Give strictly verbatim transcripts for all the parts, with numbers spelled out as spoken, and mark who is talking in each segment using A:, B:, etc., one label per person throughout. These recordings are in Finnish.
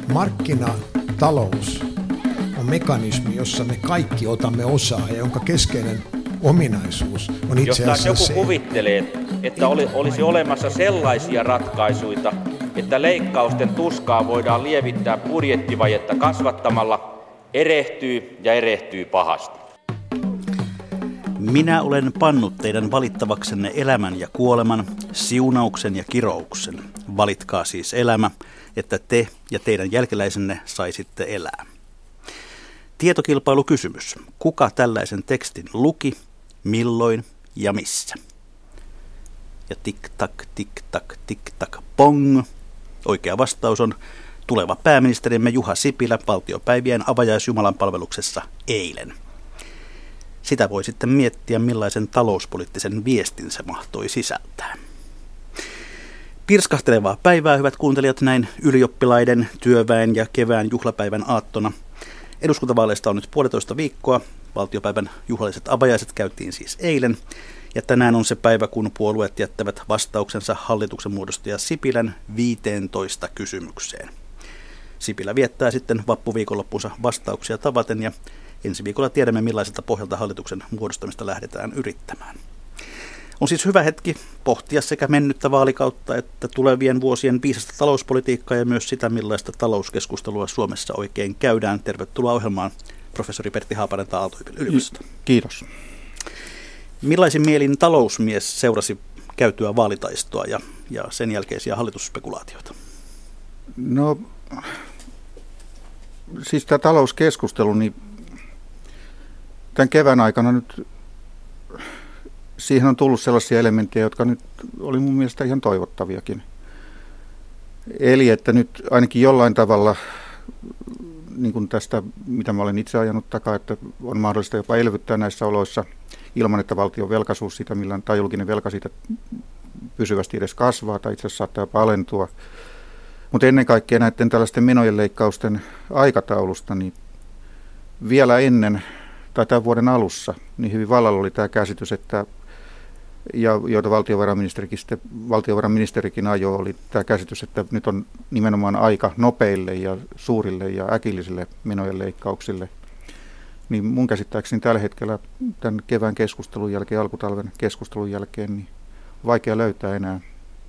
A: Markkinatalous on mekanismi, jossa me kaikki otamme osaa ja jonka keskeinen ominaisuus on itse asiassa
B: Jos
A: se.
B: joku kuvittelee, että oli, olisi olemassa sellaisia ratkaisuja, että leikkausten tuskaa voidaan lievittää budjettivajetta kasvattamalla, erehtyy ja erehtyy pahasti.
C: Minä olen pannut teidän valittavaksenne elämän ja kuoleman, siunauksen ja kirouksen. Valitkaa siis elämä, että te ja teidän jälkeläisenne saisitte elää. Tietokilpailukysymys. Kuka tällaisen tekstin luki, milloin ja missä? Ja tik-tak, tik-tak, tik-tak, pong. Oikea vastaus on tuleva pääministerimme Juha Sipilä valtiopäivien avajaisjumalanpalveluksessa eilen. Sitä voi sitten miettiä, millaisen talouspoliittisen viestin se mahtoi sisältää. Pirskahtelevaa päivää, hyvät kuuntelijat, näin ylioppilaiden, työväen ja kevään juhlapäivän aattona. Eduskuntavaaleista on nyt puolitoista viikkoa. Valtiopäivän juhlalliset avajaiset käytiin siis eilen. Ja tänään on se päivä, kun puolueet jättävät vastauksensa hallituksen muodostaja Sipilän viiteentoista kysymykseen. Sipilä viettää sitten vappuviikonloppunsa vastauksia tavaten ja ensi viikolla tiedämme, millaiselta pohjalta hallituksen muodostamista lähdetään yrittämään. On siis hyvä hetki pohtia sekä mennyttä vaalikautta että tulevien vuosien viisasta talouspolitiikkaa ja myös sitä, millaista talouskeskustelua Suomessa oikein käydään. Tervetuloa ohjelmaan, professori Pertti Haaparanta Aalto-yliopistosta.
D: Kiitos.
C: Millaisin mielin talousmies seurasi käytyä vaalitaistoa ja, ja sen jälkeisiä hallitusspekulaatioita?
D: No, siis tämä talouskeskustelu, niin tämän kevään aikana nyt siihen on tullut sellaisia elementtejä, jotka nyt oli mun mielestä ihan toivottaviakin. Eli että nyt ainakin jollain tavalla, niin kuin tästä, mitä mä olen itse ajanut takaa, että on mahdollista jopa elvyttää näissä oloissa ilman, että valtion velkaisuus siitä millään, tai julkinen velka siitä pysyvästi edes kasvaa, tai itse asiassa saattaa jopa alentua. Mutta ennen kaikkea näiden tällaisten menojen leikkausten aikataulusta, niin vielä ennen tai tämän vuoden alussa, niin hyvin vallalla oli tämä käsitys, että, ja joita valtiovarainministerikin, sitten, valtiovarainministerikin ajoi, oli tämä käsitys, että nyt on nimenomaan aika nopeille ja suurille ja äkillisille menojen leikkauksille. Niin mun käsittääkseni tällä hetkellä tämän kevään keskustelun jälkeen, alkutalven keskustelun jälkeen, niin vaikea löytää enää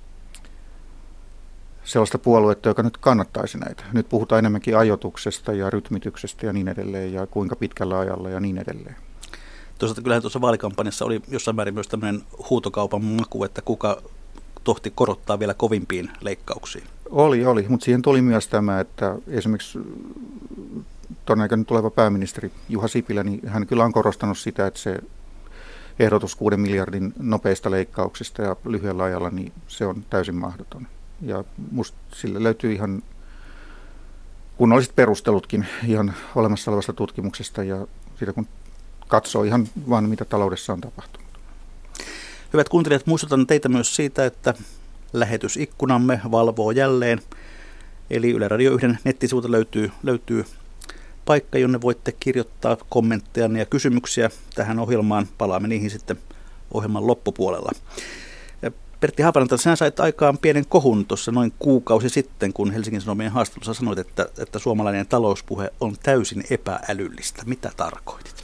D: sellaista puoluetta, joka nyt kannattaisi näitä. Nyt puhutaan enemmänkin ajoituksesta ja rytmityksestä ja niin edelleen, ja kuinka pitkällä ajalla ja niin edelleen.
C: Toisaalta kyllähän tuossa vaalikampanjassa oli jossain määrin myös tämmöinen huutokaupan maku, että kuka tohti korottaa vielä kovimpiin leikkauksiin.
D: Oli, oli, mutta siihen tuli myös tämä, että esimerkiksi todennäköisesti tuleva pääministeri Juha Sipilä, niin hän kyllä on korostanut sitä, että se ehdotus kuuden miljardin nopeista leikkauksista ja lyhyellä ajalla, niin se on täysin mahdoton. Ja musta sille löytyy ihan kunnolliset perustelutkin ihan olemassa olevasta tutkimuksesta ja siitä kun katsoo ihan vaan mitä taloudessa on tapahtunut.
C: Hyvät kuuntelijat, muistutan teitä myös siitä, että lähetysikkunamme valvoo jälleen. Eli Yle Radio yhden nettisivuilta löytyy, löytyy paikka, jonne voitte kirjoittaa kommentteja ja kysymyksiä tähän ohjelmaan. Palaamme niihin sitten ohjelman loppupuolella. Pertti Haaparanta, sinä sait aikaan pienen kohun tuossa noin kuukausi sitten, kun Helsingin Sanomien haastattelussa sanoit, että, että suomalainen talouspuhe on täysin epäälyllistä. Mitä tarkoitit?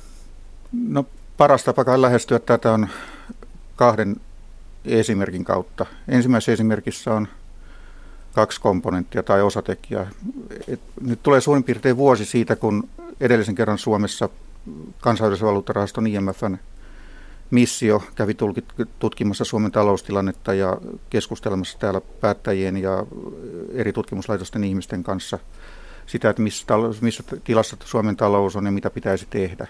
D: No paras tapa kai lähestyä tätä on kahden esimerkin kautta. Ensimmäisessä esimerkissä on kaksi komponenttia tai osatekijää. Et nyt tulee suurin piirtein vuosi siitä, kun edellisen kerran Suomessa kansainvälisen valuuttarahaston I M F:n missio kävi tutkimassa Suomen taloustilannetta ja keskustelemassa täällä päättäjien ja eri tutkimuslaitosten ihmisten kanssa sitä, että missä, missä tilassa Suomen talous on ja mitä pitäisi tehdä.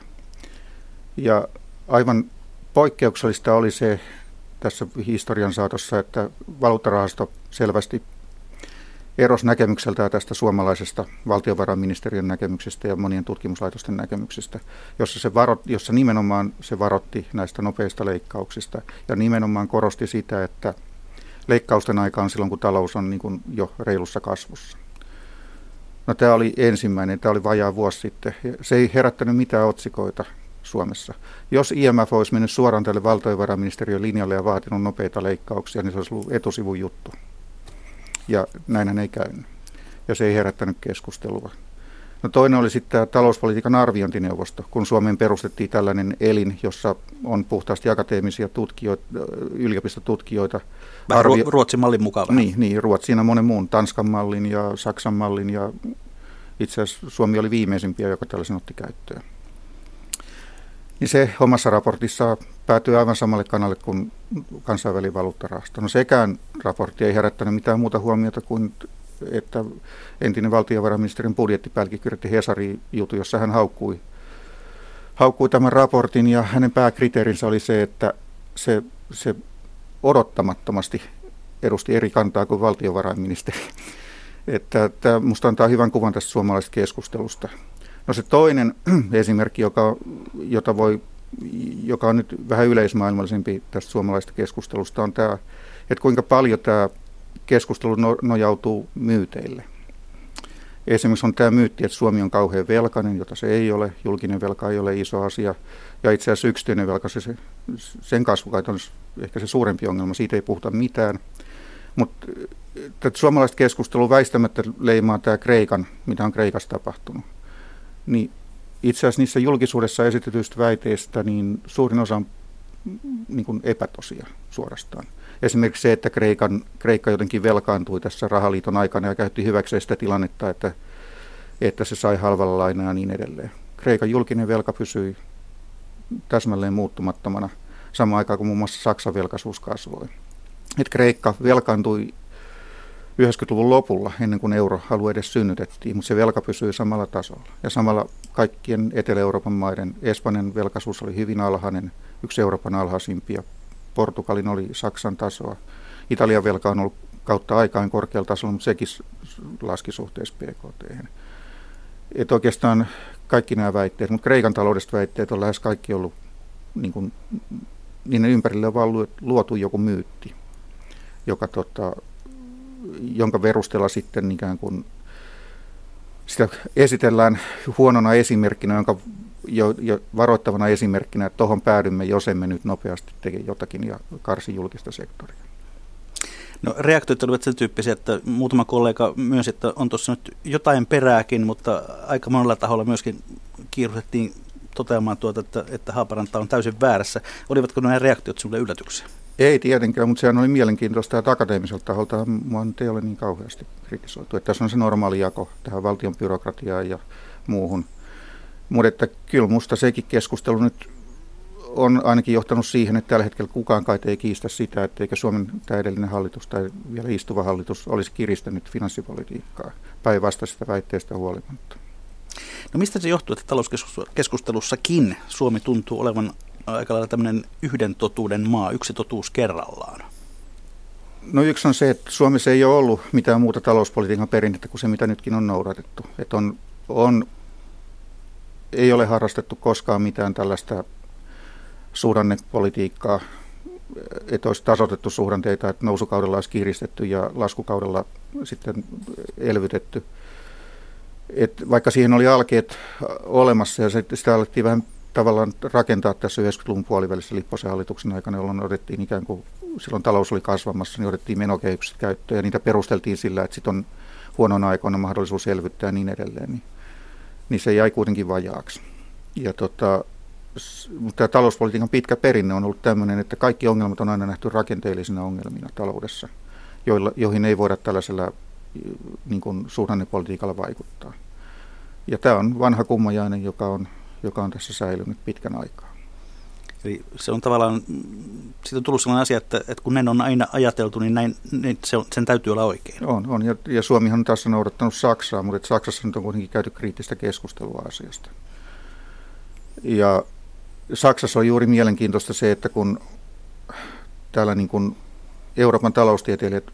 D: Ja aivan poikkeuksellista oli se tässä historian saatossa, että valuuttarahasto selvästi erosi näkemykseltään tästä suomalaisesta valtiovarainministeriön näkemyksestä ja monien tutkimuslaitosten näkemyksestä, jossa, se varo, jossa nimenomaan se varotti näistä nopeista leikkauksista ja nimenomaan korosti sitä, että leikkausten aika on silloin, kun talous on niin kuin jo reilussa kasvussa. No tämä oli ensimmäinen, tämä oli vajaa vuosi sitten. Se ei herättänyt mitään otsikoita Suomessa. Jos I M F olisi mennyt suoraan tälle valtiovarainministeriön linjalle ja vaatinut nopeita leikkauksia, niin se olisi ollut etusivun juttu. Ja näinhän ei käynyt. ja se ei herättänyt keskustelua. No toinen oli sitten tämä talouspolitiikan arviointineuvosto, kun Suomeen perustettiin tällainen elin, jossa on puhtaasti akateemisia tutkijoita, yliopistotutkijoita.
C: Vähän Arvio... Ruotsin mallin mukaan.
D: Niin, niin, Ruotsin ja monen muun, Tanskan mallin ja Saksan mallin, ja itse asiassa Suomi oli viimeisimpiä, joka tällaisen otti käyttöön. Niin se omassa raportissa päätyi aivan samalle kanalle kuin kansainvälinen valuuttarahasto. No sekään raportti ei herättänyt mitään muuta huomiota kuin, että entinen valtiovarainministerin budjettipäällikkö kirjoitti Hesarin jutun, jossa hän haukkui, haukkui tämän raportin, ja hänen pääkriteerinsä oli se, että se, se odottamattomasti edusti eri kantaa kuin valtiovarainministeri. Että tämä musta antaa hyvän kuvan tästä suomalaisesta keskustelusta. No se toinen esimerkki, joka, jota voi, joka on nyt vähän yleismaailmallisempi tästä suomalaisesta keskustelusta, on tämä, että kuinka paljon tämä keskustelu no, nojautuu myyteille. Esimerkiksi on tämä myytti, että Suomi on kauhean velkainen, jota se ei ole. Julkinen velka ei ole iso asia. Ja itse asiassa yksityinen velka, se, se, sen kasvukaita on ehkä se suurempi ongelma. Siitä ei puhuta mitään. Mutta tätä suomalaista keskustelua väistämättä leimaa tämä Kreikan, mitä on Kreikassa tapahtunut. Niin itse asiassa niissä julkisuudessa esitetyistä väiteistä niin suurin osa on niin kuin epätosia suorastaan. Esimerkiksi se, että Kreikan, Kreikka jotenkin velkaantui tässä rahaliiton aikana ja käytti hyväkseen sitä tilannetta, että, että se sai halvalla lainaa ja niin edelleen. Kreikan julkinen velka pysyi täsmälleen muuttumattomana samaan aikaan kuin muun muassa Saksan velkaisuus kasvoi. Et Kreikka velkaantui yhdeksänkymmentäluvun lopulla, ennen kuin euroalue edes synnytettiin, mutta se velka pysyi samalla tasolla. Ja samalla kaikkien Etelä-Euroopan maiden, Espanjan velkaisuus oli hyvin alhainen, yksi Euroopan alhaisimpia. Portugalin oli Saksan tasoa. Italian velka on ollut kautta aikaan korkealla tasolla, mutta sekin laski suhteessa B K T:hen. Että oikeastaan kaikki nämä väitteet, mutta Kreikan taloudesta väitteet on lähes kaikki ollut, niin kuin, niiden ympärille on vaan luotu joku myytti, joka, tota, jonka perusteella sitten ikään kuin sitä esitellään huonona esimerkkinä, jonka jo, jo varoittavana esimerkkinä, että tuohon päädymme, jos emme nyt nopeasti teke jotakin ja karsi julkista sektoria.
C: No reaktiot olivat sen tyyppisiä, että muutama kollega myös, että on tuossa nyt jotain perääkin, mutta aika monella taholla myöskin kiiruhdettiin toteamaan tuota, että, että Haaparanta on täysin väärässä. Olivatko nämä reaktiot sinulle yllätyksiä?
D: Ei tietenkään, mutta sehän oli mielenkiintoista, että akateemiselta taholta mua nyt ei ole niin kauheasti kritisoitu. Että tässä on se normaali jako tähän valtion byrokratiaan ja muuhun. Mutta että kyllä musta sekin keskustelu nyt on ainakin johtanut siihen, että tällä hetkellä kukaan kai ei kiistä sitä, etteikö Suomen tämä edellinen hallitus tai vielä istuva hallitus olisi kiristänyt finanssipolitiikkaa päinvastaisesta väitteestä huolimatta.
C: No mistä se johtuu, että talouskeskustelussakin Suomi tuntuu olevan aika lailla tämmöinen yhden totuuden maa, yksi totuus kerrallaan?
D: No yksi on se, että Suomessa ei ole ollut mitään muuta talouspolitiikan perinnettä kuin se, mitä nytkin on noudatettu. Että on, on, ei ole harrastettu koskaan mitään tällaista suhdannepolitiikkaa, että olisi tasoitettu suhdanteita, että nousukaudella olisi kiristetty ja laskukaudella sitten elvytetty. Et vaikka siihen oli alkeet olemassa ja sitä alettiin vähän tavallaan rakentaa tässä yhdeksänkymmentäluvun puolivälissä Lipposen hallituksen aikana, jolloin otettiin ikään kuin, silloin talous oli kasvamassa, niin otettiin menokehykset käyttöön ja niitä perusteltiin sillä, että sitten on huonon aikoina mahdollisuus elvyttää ja niin edelleen, niin, niin se jäi kuitenkin vajaaksi. Ja tota, tämä talouspolitiikan pitkä perinne on ollut tämmöinen, että kaikki ongelmat on aina nähty rakenteellisina ongelmina taloudessa, joilla, joihin ei voida tällaisella niin kuin suhdannepolitiikalla vaikuttaa. Ja tämä on vanha kummajainen, joka on, joka on tässä säilynyt pitkän aikaa.
C: Eli se on tavallaan, siitä on tullut sellainen asia, että, että kun näin on aina ajateltu, niin, näin, niin se on, sen täytyy olla oikein.
D: On, on. Ja, ja Suomihan on tässä noudattanut Saksaa, mutta Saksassa nyt on kuitenkin käyty kriittistä keskustelua asiasta. Ja Saksassa on juuri mielenkiintoista se, että kun täällä niin kuin Euroopan taloustieteilijät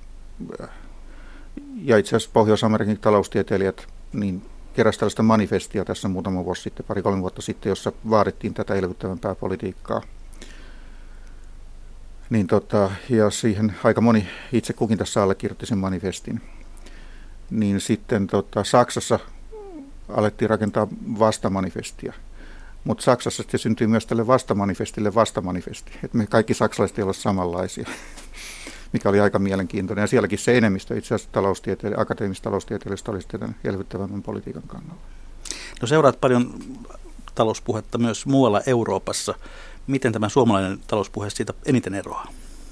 D: ja itse asiassa Pohjois-Amerikan taloustieteilijät niin keräsi tällaista manifestia tässä muutama vuosi sitten, pari-kolme vuotta sitten, jossa vaadittiin tätä elvyttävämpää politiikkaa. Niin tota, ja siihen aika moni itse kukin tässä allekirjoitti sen manifestin. Niin sitten tota, Saksassa alettiin rakentaa vastamanifestia. Mutta Saksassa sitten syntyi myös tälle vastamanifestille vastamanifesti, että me kaikki saksalaiset ei ole samanlaisia. mikä oli aika mielenkiintoinen. Ja sielläkin se enemmistö itse asiassa taloustieteilijä, akateemisista taloustieteilijöistä olisi tämän elvyttävämmän politiikan kannalla.
C: No seuraat paljon talouspuhetta myös muualla Euroopassa. Miten tämä suomalainen talouspuhe siitä eniten eroaa?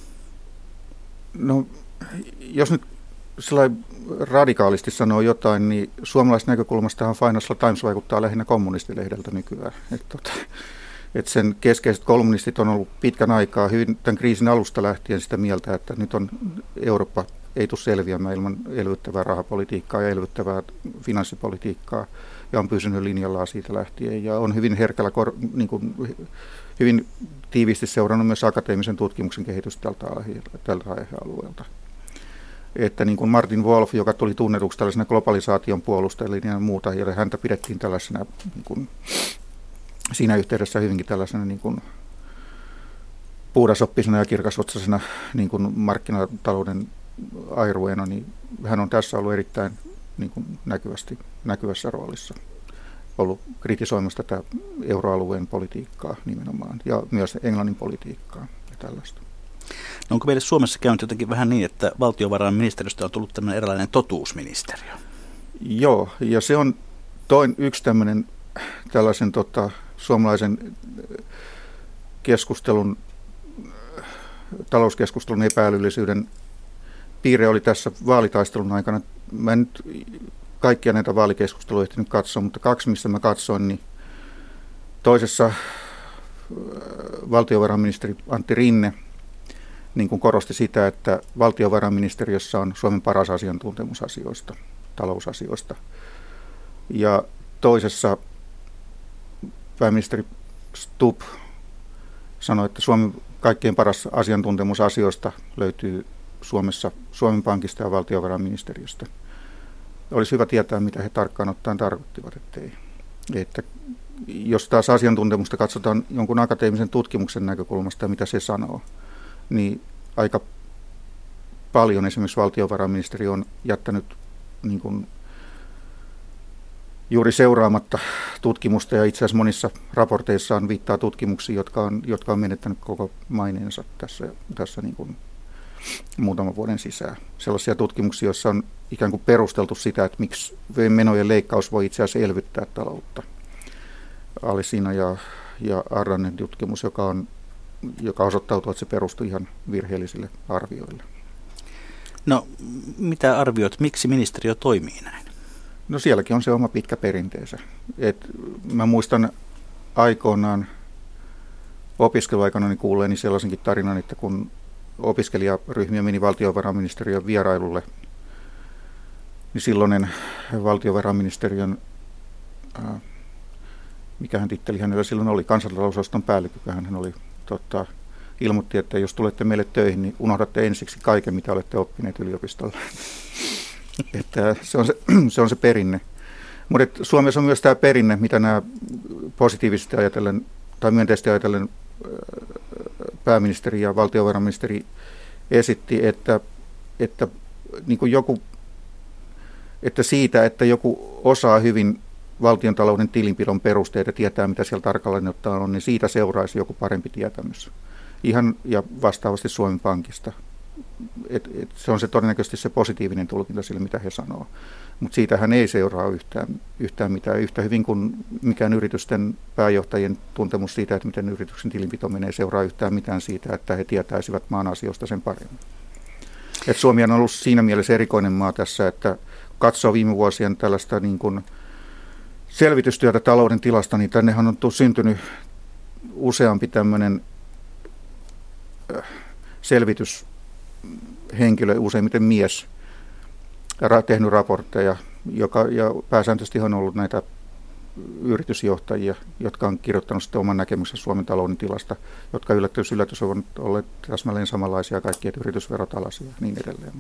D: No, jos nyt sellainen radikaalisti sanoo jotain, niin suomalaisesta näkökulmastahan Financial Times vaikuttaa lähinnä kommunistilehdeltä nykyään. Että tota, et sen keskeiset kolumnistit on ollut pitkän aikaa hyvin tämän kriisin alusta lähtien sitä mieltä, että nyt on Eurooppa ei tule selviämään ilman elvyttävää rahapolitiikkaa ja elvyttävää finanssipolitiikkaa, ja on pysynyt linjallaan siitä lähtien, ja on hyvin herkällä, kor, niin kuin, hyvin tiiviisti seurannut myös akateemisen tutkimuksen kehitystä tältä, tältä aihealueelta. Että niin kuin Martin Wolf, joka tuli tunnetuksi tällaisena globalisaation puolustajana ja muuta, ja häntä pidettiin tällaisena, niin kuin, siinä yhteydessä hyvinkin tällaisena niin kuin puhdasoppisena ja kirkasotsaisena niin kuin markkinatalouden airueena, niin hän on tässä ollut erittäin niin kuin näkyvästi, näkyvässä roolissa, ollut kritisoimassa tätä euroalueen politiikkaa nimenomaan, ja myös Englannin politiikkaa ja tällaista.
C: No onko meille Suomessa käynyt jotenkin vähän niin, että valtiovarainministeriöstä on tullut tämmöinen eräänlainen totuusministeriö?
D: Joo, ja se on toin yksi tämmöinen tällaisen tota, suomalaisen keskustelun, talouskeskustelun epäälyllisyyden piirre oli tässä vaalitaistelun aikana. Mä en nyt kaikkia näitä vaalikeskusteluja ehtinyt katsoa, mutta kaksi, missä mä katsoin, niin toisessa valtiovarainministeri Antti Rinne niin kuin korosti sitä, että valtiovarainministeriössä on Suomen paras asiantuntemus asioista, talousasioista. Ja toisessa pääministeri Stubb sanoi, että Suomen kaikkein paras asiantuntemus asioista löytyy Suomessa Suomen Pankista ja valtiovarainministeriöstä. Olisi hyvä tietää, mitä he tarkkaan ottaen tarkoittivat, ettei. Että jos taas asiantuntemusta katsotaan jonkun akateemisen tutkimuksen näkökulmasta ja mitä se sanoo, niin aika paljon esimerkiksi valtiovarainministeri on jättänyt niin kuin juuri seuraamatta tutkimusta, ja itse asiassa monissa raporteissaan viittaa tutkimuksiin, jotka on, jotka on menettänyt koko maineensa tässä, tässä niin kuin muutaman vuoden sisään. Sellaisia tutkimuksia, joissa on ikään kuin perusteltu sitä, että miksi menojen leikkaus voi itse asiassa elvyttää taloutta. Alisina ja, ja Arranen tutkimus, joka, on, joka osoittautuu, että se perustuu ihan virheellisille arvioille.
C: No, mitä arvioit, miksi ministeriö toimii näin?
D: No sielläkin on se oma pitkä perinteensä. Et mä muistan aikoinaan opiskeluaikana kuulleeni sellaisenkin tarinan, että kun opiskelijaryhmiä meni valtiovarainministeriön vierailulle, niin silloinen valtiovarainministeriön, ää, mikähän titteli hänellä silloin oli, kansantalousosaston päällikkö, hän oli, tota, ilmoitti, että jos tulette meille töihin, niin unohdatte ensiksi kaiken, mitä olette oppineet yliopistolla. Että se, on se, se on se perinne. Mutta Suomessa on myös tämä perinne, mitä nämä positiivisesti ajatellen tai myönteisesti ajatellen pääministeri ja valtiovarainministeri esitti, että, että, niin kuin joku, että siitä, että joku osaa hyvin valtiontalouden tilinpidon perusteita, tietää mitä siellä tarkalleen ottaen on, niin siitä seuraisi joku parempi tietämys. Ihan ja vastaavasti Suomen Pankista. Et, et se on se todennäköisesti se positiivinen tulkinta sille, mitä he sanoo. Mutta siitähän ei seuraa yhtään, yhtään mitään. Yhtä hyvin kuin mikään yritysten pääjohtajien tuntemus siitä, että miten yrityksen tilinpito menee, seuraa yhtään mitään siitä, että he tietäisivät maan asioista sen paremmin. Et Suomi on ollut siinä mielessä erikoinen maa tässä, että katsoo viime vuosien tällaista niin kuin selvitystyötä talouden tilasta, niin tännehän on syntynyt useampi tämmöinen selvityshenkilö, useimmiten mies, tehnyt raportteja, joka, ja pääsääntöisesti on ollut näitä yritysjohtajia, jotka on kirjoittanut sitten oman näkemyksen Suomen talouden tilasta, jotka yllätys, yllätys on olleet täsmälleen samanlaisia kaikki, että yritysverot alas ja niin edelleen.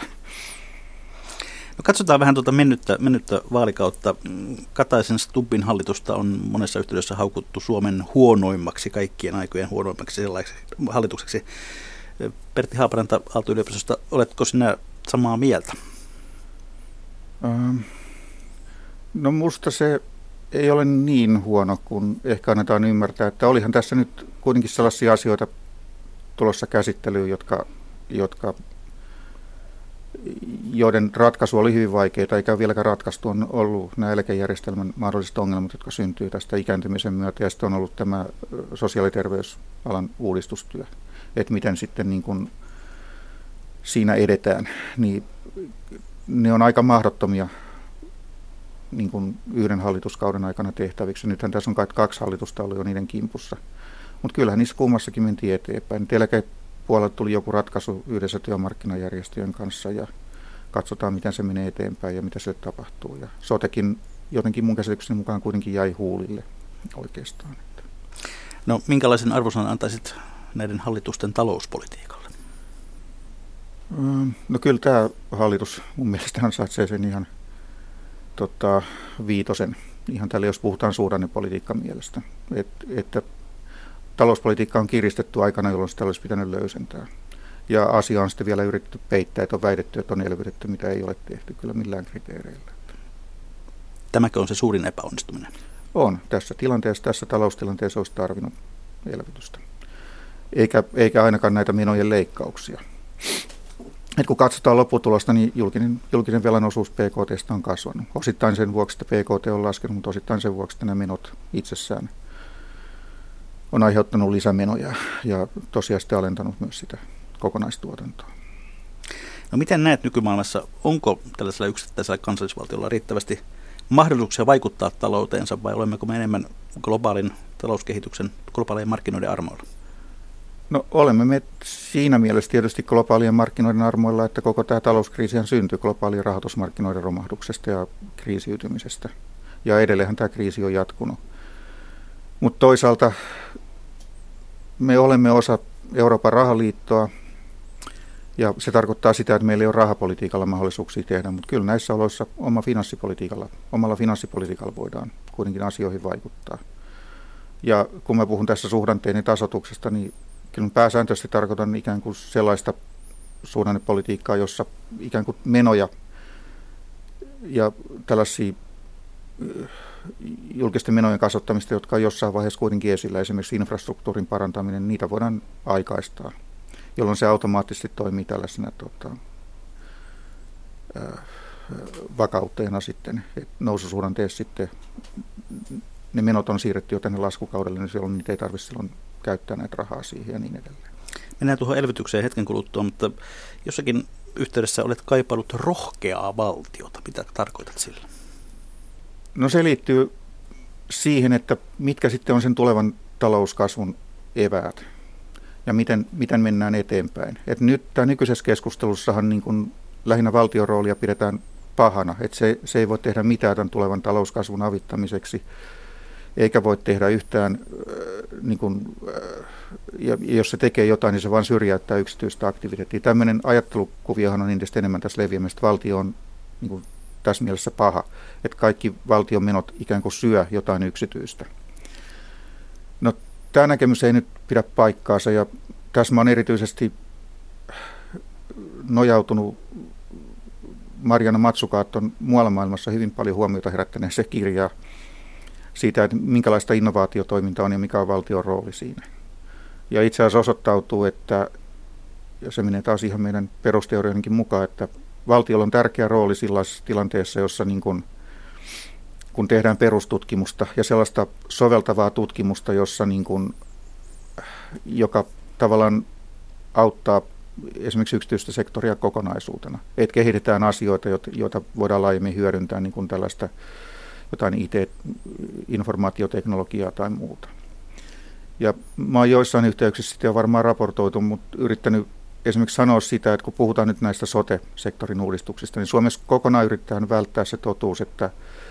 C: No katsotaan vähän tuota mennyttä, mennyttä vaalikautta. Kataisen Stubbin hallitusta on monessa yhteydessä haukuttu Suomen huonoimmaksi, kaikkien aikojen huonoimmaksi sellaiseksi hallitukseksi. Pertti Haaparanta Aalto-yliopistosta, oletko sinä samaa mieltä?
D: Ähm, no musta se ei ole niin huono, kun ehkä annetaan ymmärtää, että olihan tässä nyt kuitenkin sellaisia asioita tulossa käsittelyyn, jotka, jotka joiden ratkaisu oli hyvin vaikeaa, eikä vieläkään ratkaistu, on ollut nämä eläkejärjestelmän mahdolliset ongelmat, jotka syntyy tästä ikääntymisen myötä, ja sitten on ollut tämä sosiaali- ja terveysalan uudistustyö, että miten sitten niin kuin siinä edetään, niin ne on aika mahdottomia niin kuin yhden hallituskauden aikana tehtäviksi. Nythän tässä on kai kaksi hallitusta ollut jo niiden kimpussa, mutta kyllähän niissä kummassakin mentiin eteenpäin. Eläkepuolella tuli joku ratkaisu yhdessä työmarkkinajärjestöjen kanssa, ja katsotaan, miten se menee eteenpäin ja mitä se tapahtuu. Ja sotekin jotenkin mun käsitykseni mukaan kuitenkin jäi huulille oikeastaan.
C: No, minkälaisen arvosanan antaisit näiden hallitusten talouspolitiikalle?
D: No kyllä tämä hallitus mun mielestä ansaitsee sen ihan tota, viitosen, ihan tälle jos puhutaan suhdannepolitiikan mielestä. Et, että talouspolitiikka on kiristetty aikana, jolloin sitä olisi pitänyt löysentää. Ja asia on sitten vielä yritetty peittää, että on väitetty, että on elvytetty, mitä ei ole tehty kyllä millään kriteereillä.
C: Tämäkö on se suurin epäonnistuminen?
D: On. Tässä tilanteessa, tässä taloustilanteessa olisi tarvinnut elvytystä. Eikä, eikä ainakaan näitä menojen leikkauksia. Et kun katsotaan lopputulosta, niin julkinen, julkisen velan osuus P K T:stä on kasvanut. Osittain sen vuoksi, että P K T on laskenut, mutta osittain sen vuoksi, että nämä menot itsessään on aiheuttanut lisämenoja ja tosiaan sitten alentanut myös sitä kokonaistuotantoa.
C: No miten näet nykymaailmassa, onko tällaisella yksittäisellä kansallisvaltiolla riittävästi mahdollisuuksia vaikuttaa talouteensa vai olemmeko me enemmän globaalin talouskehityksen, globaalien markkinoiden armoilla?
D: No olemme me siinä mielessä tietysti globaalien markkinoiden armoilla, että koko tämä talouskriisi syntyi globaalien rahoitusmarkkinoiden romahduksesta ja kriisiytymisestä. Ja edelleenhän tämä kriisi on jatkunut. Mutta toisaalta me olemme osa Euroopan rahaliittoa, ja se tarkoittaa sitä, että meillä ei ole rahapolitiikalla mahdollisuuksia tehdä, mutta kyllä näissä oloissa oma finanssipolitiikalla, omalla finanssipolitiikalla voidaan kuitenkin asioihin vaikuttaa. Ja kun mä puhun tässä suhdanteiden tasoituksesta, niin kyllä pääsääntöisesti tarkoitan ikään kuin sellaista suhdannepolitiikkaa, jossa ikään kuin menoja ja tällaisia julkisten menojen kasvattamista, jotka on jossain vaiheessa kuitenkin esillä, esimerkiksi infrastruktuurin parantaminen, niitä voidaan aikaistaa, jolloin se automaattisesti toimii tällaisena tota, vakautteena sitten. Noususuhdanteessa sitten ne menot on siirretty jo tänne laskukaudelle, niin silloin niitä ei tarvitse silloin käyttää näitä rahaa siihen ja niin edelleen.
C: Mennään tuohon elvytykseen hetken kuluttua, mutta jossakin yhteydessä olet kaipailut rohkeaa valtiota. Mitä tarkoitat sillä?
D: No se liittyy siihen, että mitkä sitten on sen tulevan talouskasvun eväät ja miten, miten mennään eteenpäin. Et nyt tämä nykyisessä keskustelussahan niin kuin lähinnä valtion roolia pidetään pahana, että se, se ei voi tehdä mitään tämän tulevan talouskasvun avittamiseksi, eikä voi tehdä yhtään, äh, niin kuin, äh, ja jos se tekee jotain, niin se vaan syrjäyttää yksityistä aktiviteettia. Tämmöinen ajattelukuviohan on entistä enemmän tässä leviämistä. Valtio on niin kuin tässä mielessä paha, että kaikki valtion menot ikään kuin syö jotain yksityistä. No, tämä näkemys ei nyt pidä paikkaansa, ja tässä mä olen erityisesti nojautunut Mariana Mazzucaton muualla maailmassa hyvin paljon huomiota herättäneeseen kirjaa siitä, että minkälaista innovaatiotoiminta on ja mikä on valtion rooli siinä. Ja itse asiassa osoittautuu, että, ja se menee taas ihan meidän perusteorioidenkin mukaan, että valtiolla on tärkeä rooli sellaisessa tilanteessa, jossa niin kun, kun tehdään perustutkimusta ja sellaista soveltavaa tutkimusta, jossa niin kun, joka tavallaan auttaa esimerkiksi yksityistä sektoria kokonaisuutena. Että kehitetään asioita, joita voidaan laajemmin hyödyntää, niin kuin tällaista jotain I T-informaatioteknologiaa tai muuta. Ja mä oon joissain yhteyksissä sitten jo varmaan raportoitu, mutta yrittänyt esimerkiksi sanoa sitä, että kun puhutaan nyt näistä sote-sektorin uudistuksista, niin Suomessa kokonaan yritetään välttää se totuus, että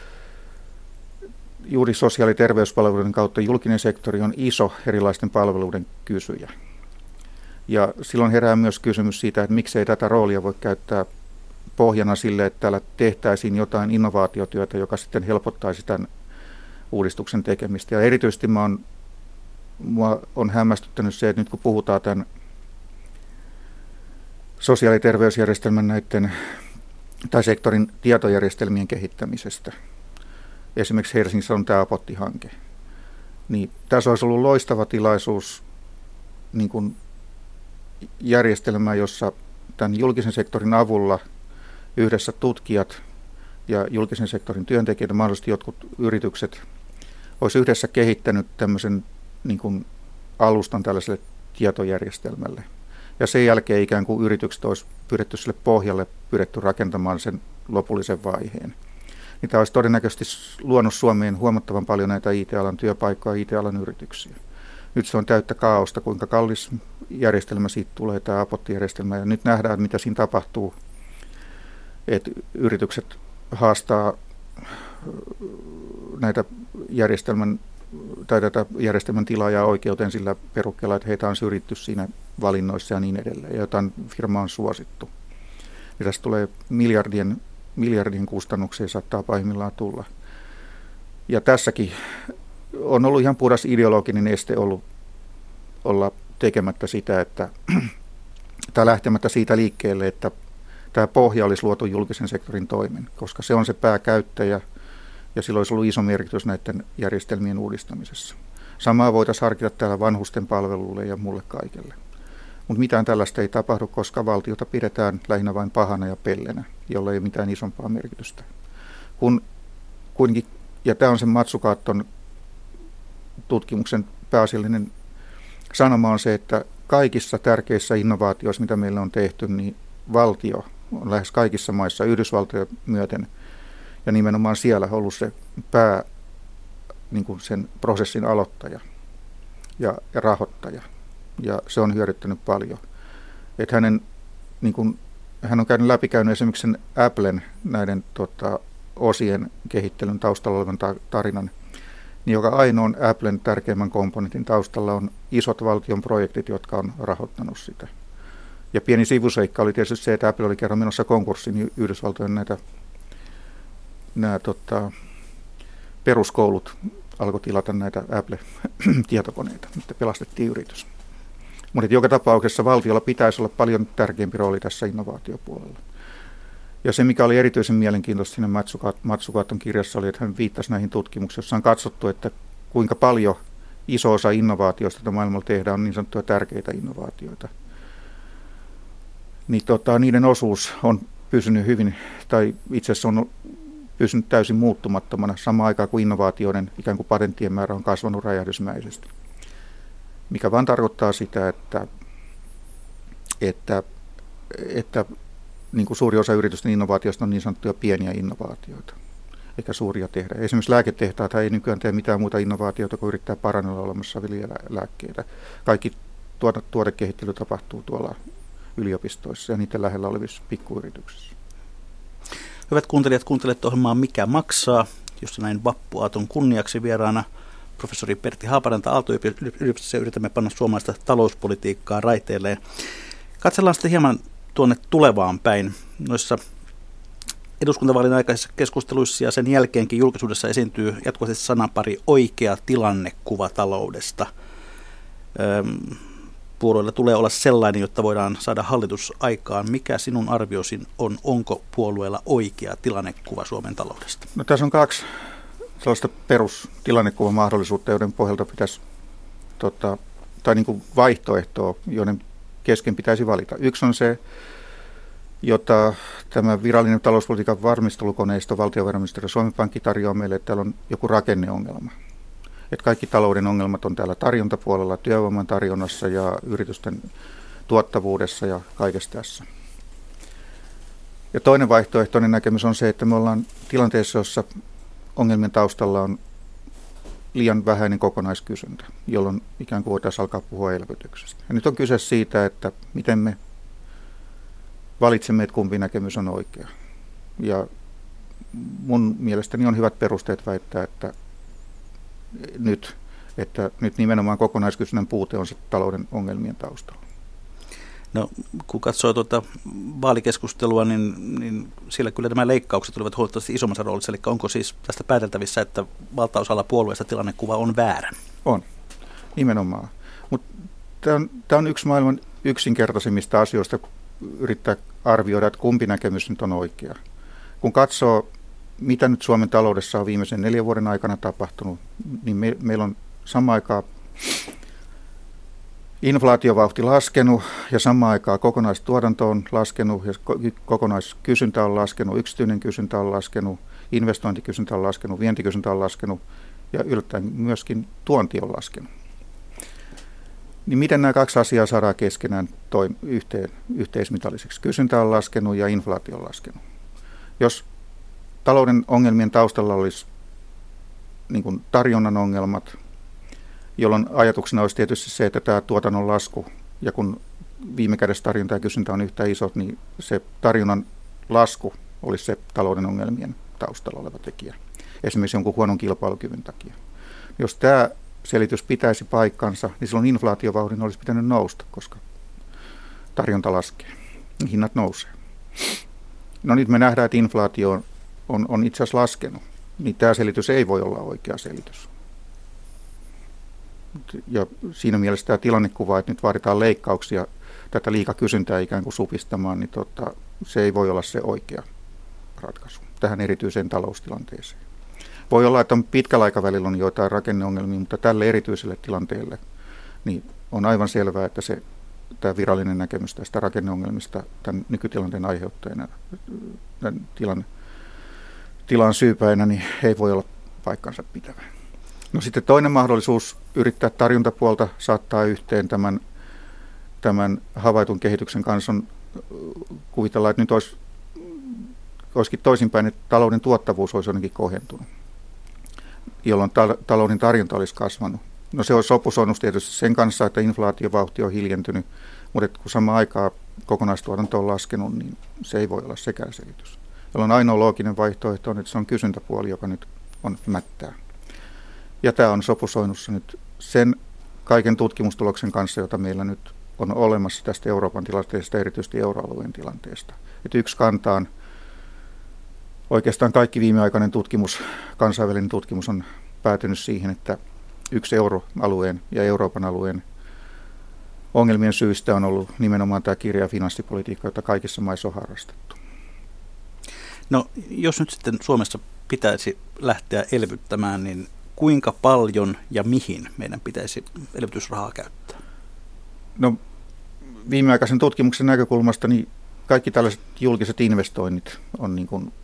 D: juuri sosiaali- ja terveyspalveluiden kautta julkinen sektori on iso erilaisten palveluiden kysyjä. Ja silloin herää myös kysymys siitä, että miksei tätä roolia voi käyttää pohjana sille, että täällä tehtäisiin jotain innovaatiotyötä, joka sitten helpottaisi tämän uudistuksen tekemistä. Ja erityisesti mä on, mua on hämmästyttänyt se, että nyt kun puhutaan tämän sosiaali- ja terveysjärjestelmän näiden, tai sektorin tietojärjestelmien kehittämisestä, esimerkiksi Helsingissä on tämä Apotti-hanke, niin tässä olisi ollut loistava tilaisuus niin kuin järjestelmää, jossa tämän julkisen sektorin avulla yhdessä tutkijat ja julkisen sektorin työntekijät ja mahdollisesti jotkut yritykset olisi yhdessä kehittänyt tämmöisen niin kuin alustan tällaiselle tietojärjestelmälle. Ja sen jälkeen ikään kuin yritykset olisi pyydetty sille pohjalle, pyydetty rakentamaan sen lopullisen vaiheen. Niin tämä olisi todennäköisesti luonut Suomeen huomattavan paljon näitä I T-alan työpaikkoja, I T-alan yrityksiä. Nyt se on täyttä kaaosta, kuinka kallis järjestelmä siitä tulee, tämä Apotti-järjestelmä. Ja nyt nähdään, mitä siinä tapahtuu, että yritykset haastaa näitä järjestelmän, tai tätä järjestelmän tilaajaa oikeuteen sillä perukkeella, että heitä on syrjitty siinä valinnoissa ja niin edelleen, ja jotain firmaa on suosittu. Ja tässä tulee miljardien, miljardien kustannuksia, saattaa pahimmillaan tulla. Ja tässäkin on ollut ihan puhdas ideologinen este ollut olla tekemättä sitä, että, tai lähtemättä siitä liikkeelle, että tämä pohja olisi luotu julkisen sektorin toimen, koska se on se pääkäyttäjä, ja sillä olisi ollut iso merkitys näiden järjestelmien uudistamisessa. Samaa voitaisiin harkita täällä vanhusten palveluille ja mulle kaikille. Mutta mitään tällaista ei tapahdu, koska valtiota pidetään lähinnä vain pahana ja pellenä, jolla ei ole mitään isompaa merkitystä. Kun, kuitenkin, ja tämä on sen Mazzucaton tutkimuksen pääasiallinen sanoma on se, että kaikissa tärkeissä innovaatioissa, mitä meillä on tehty, niin valtio on lähes kaikissa maissa Yhdysvaltoja myöten, ja nimenomaan siellä ollut se pää, niin kuin sen prosessin aloittaja ja, ja rahoittaja. Ja se on hyödyttänyt paljon. Että hänen, niin kuin, hän on käynyt läpikäynyt esimerkiksi sen Applen näiden tota, osien kehittelyn taustalla olevan ta- tarinan, niin joka ainoan Applen tärkeimmän komponentin taustalla on isot valtion projektit, jotka on rahoittanut sitä. Ja pieni sivuseikka oli tietysti se, että Apple oli kerran menossa konkurssiin, niin Yhdysvaltojen näitä nämä tota, peruskoulut alkoi tilata näitä Apple-tietokoneita, että pelastettiin yritys. Mutta joka tapauksessa valtiolla pitäisi olla paljon tärkeämpi rooli tässä innovaatiopuolella. Ja se, mikä oli erityisen mielenkiintoista siinä Mazzucaton kirjassa, oli, että hän viittasi näihin tutkimuksiin, joissa on katsottu, että kuinka paljon iso osa innovaatioista, joita maailmalla tehdään, on niin sanottuja tärkeitä innovaatioita. Niin tota, niiden osuus on pysynyt hyvin, tai itse asiassa on pysynyt täysin muuttumattomana samaan aikaan kuin innovaatioiden ikään kuin patenttien määrä on kasvanut räjähdysmäisesti. Mikä vaan tarkoittaa sitä, että, että, että niin kuin suuri osa yritysten innovaatioista on niin sanottuja pieniä innovaatioita, eikä suuria tehdä. Esimerkiksi lääketehtaat ei nykyään tee mitään muuta innovaatioita kuin yrittää parannella olemassa olevia lääkkeitä. Kaikki tuote, tuotekehittely tapahtuu tuolla yliopistoissa ja niiden lähellä olevissa pikkuyrityksissä.
C: Hyvät kuuntelijat, kuuntelette ohjelmaa Mikä maksaa, jossa näin vappuaaton kunniaksi vieraana professori Pertti Haaparanta Aalto-yliopistossa yritämme panna suomalaista talouspolitiikkaa raiteilleen. Katsellaan sitten hieman tuonne tulevaan päin. Noissa eduskuntavaalin aikaisissa keskusteluissa ja sen jälkeenkin julkisuudessa esiintyy jatkuvasti sanapari oikea tilannekuva taloudesta. Öm, puolueilla tulee olla sellainen, jotta voidaan saada hallitus aikaan. Mikä sinun arviosi on, onko puolueella oikea tilannekuva Suomen taloudesta?
D: No, tässä on kaksi sellaista perustilannekuvan mahdollisuutta, joiden pohjalta pitäisi, tota, tai niin kuin vaihtoehtoa, joiden kesken pitäisi valita. Yksi on se, jota tämä virallinen talouspolitiikan varmistelukoneisto, valtiovarainministeriö ja Suomen Pankki tarjoaa meille, että täällä on joku rakenneongelma. Että kaikki talouden ongelmat on täällä tarjontapuolella, työvoiman tarjonnassa ja yritysten tuottavuudessa ja kaikessa tässä. Ja toinen vaihtoehtoinen näkemys on se, että me ollaan tilanteessa, jossa ongelmien taustalla on liian vähäinen kokonaiskysyntä, jolloin ikään kuin voitaisiin alkaa puhua elvytyksestä. Ja nyt on kyse siitä, että miten me valitsemme, että kumpi näkemys on oikea. Ja mun mielestäni on hyvät perusteet väittää, että nyt, että nyt nimenomaan kokonaiskysynnän puute on se talouden ongelmien taustalla.
C: No, kun katsoo tuota vaalikeskustelua, niin, niin siellä kyllä nämä leikkaukset olivat huomattavasti isommassa roolissa. Eli onko siis tästä pääteltävissä, että valtaosalla puolueesta tilannekuva on väärä?
D: On, nimenomaan. Mutta tämä on, on yksi maailman yksinkertaisimmista asioista yrittää arvioida, että kumpi näkemys nyt on oikea. Kun katsoo, mitä nyt Suomen taloudessa on viimeisen neljän vuoden aikana tapahtunut, niin me, meillä on samaan aikaan inflaatiovauhti laskenut ja samaan aikaan kokonaistuotanto on laskenut ja kokonaiskysyntä on laskenut, yksityinen kysyntä on laskenut, investointikysyntä on laskenut, vientikysyntä on laskenut ja yllättäen myöskin tuonti on laskenut. Niin miten nämä kaksi asiaa saadaan keskenään toi, yhteen, yhteismitalliseksi? Kysyntä on laskenut ja inflaatio on laskenut. Jos talouden ongelmien taustalla olisi niin kuin tarjonnan ongelmat, jolloin ajatuksena olisi tietysti se, että tämä tuotannon lasku, ja kun viime kädessä tarjonta ja kysyntä on yhtä isot, niin se tarjonnan lasku olisi se talouden ongelmien taustalla oleva tekijä, esimerkiksi jonkun huonon kilpailukyvyn takia. Jos tämä selitys pitäisi paikkansa, niin silloin inflaatiovauhdin olisi pitänyt nousta, koska tarjonta laskee, niin hinnat nousee. No nyt me nähdään, että inflaatio on, on, on itse asiassa laskenut, niin tämä selitys ei voi olla oikea selitys. Ja siinä mielessä tämä tilannekuva, että nyt vaaditaan leikkauksia tätä liikakysyntää ikään kuin supistamaan, niin tota, se ei voi olla se oikea ratkaisu tähän erityiseen taloustilanteeseen. Voi olla, että on pitkällä aikavälillä on joitain rakenneongelmia, mutta tälle erityiselle tilanteelle niin on aivan selvää, että se, tämä virallinen näkemys tästä rakenneongelmista tämän nykytilanteen aiheuttajana, tämän tilan, tilan syypäinä, niin ei voi olla paikkansa pitävä. No sitten toinen mahdollisuus yrittää tarjontapuolta saattaa yhteen tämän, tämän havaitun kehityksen kanssa on kuvitella, että nyt olisi, olisikin toisinpäin, että talouden tuottavuus olisi jotenkin kohentunut, jolloin ta- talouden tarjonta olisi kasvanut. No se olisi sopusoinnussa tietysti sen kanssa, että inflaatiovauhti on hiljentynyt, mutta kun samaan aikaan kokonaistuotanto on laskenut, niin se ei voi olla sekään selitys. Jolloin ainoa looginen vaihtoehto on, että se on kysyntäpuoli, joka nyt on mättää. Ja tämä on sopusoinnussa nyt sen kaiken tutkimustuloksen kanssa, jota meillä nyt on olemassa tästä Euroopan tilanteesta, erityisesti euroalueen tilanteesta. Et yksi kantaan, oikeastaan kaikki viimeaikainen tutkimus, kansainvälinen tutkimus on päätynyt siihen, että yksi euroalueen ja Euroopan alueen ongelmien syistä on ollut nimenomaan tämä kireä finanssipolitiikka, jota kaikissa maissa on harrastettu.
C: No jos nyt sitten Suomessa pitäisi lähteä elvyttämään, niin kuinka paljon ja mihin meidän pitäisi elvytysrahaa käyttää?
D: No viimeaikaisen tutkimuksen näkökulmasta niin kaikki tällaiset julkiset investoinnit on, niin kuin,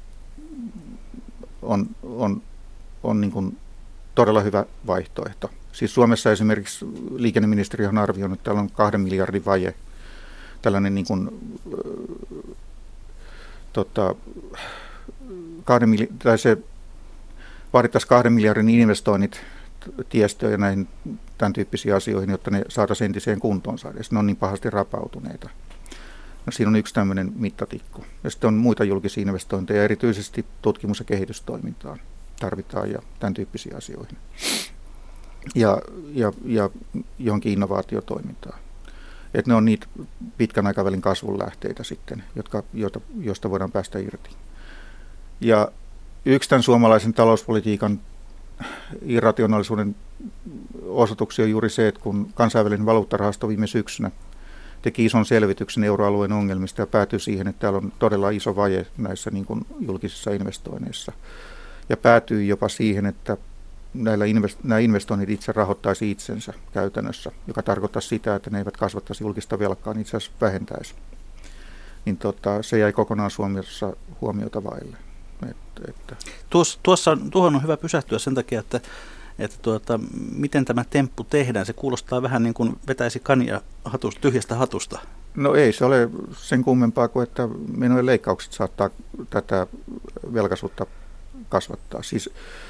D: on, on, on niin kuin todella hyvä vaihtoehto. Siis Suomessa esimerkiksi liikenneministeriö on arvioinut, että täällä on kahden miljardin vaje, tällainen niin kuin, äh, tota, kahden, tai se vaadittaisiin kahden miljardin investoinnit tiestöön ja näihin tämän tyyppisiin asioihin, jotta ne saataisiin entiseen kuntoon saada. Ne on niin pahasti rapautuneita. No, siinä on yksi tämmöinen mittatikku. Ja sitten on muita julkisia investointeja, erityisesti tutkimus- ja kehitystoimintaan tarvitaan ja tämän tyyppisiä asioihin. Ja, ja, ja johonkin innovaatiotoimintaan. Että ne on niitä pitkän aikavälin kasvun lähteitä sitten, jotka, joita, joista voidaan päästä irti. Ja yksi tämän suomalaisen talouspolitiikan irrationaalisuuden osoituksia on juuri se, että kun kansainvälinen valuuttarahasto viime syksynä teki ison selvityksen euroalueen ongelmista ja päätyi siihen, että täällä on todella iso vaje näissä niin kuin julkisissa investoinneissa. Ja päätyi jopa siihen, että näillä invest- nämä investoinnit itse rahoittaisi itsensä käytännössä, joka tarkoittaa sitä, että ne eivät kasvattaisi julkista velkaa, niin itse asiassa vähentäisi. Niin tota, se jäi kokonaan Suomessa huomiota vaille. Että, että.
C: Tuossa, tuossa on, tuohon on hyvä pysähtyä sen takia, että, että tuota, miten tämä temppu tehdään. Se kuulostaa vähän niin kuin vetäisi kania hatusta, tyhjästä hatusta.
D: No ei se ole sen kummempaa kuin, että menojen leikkaukset saattaa tätä velkaisuutta kasvattaa. Siis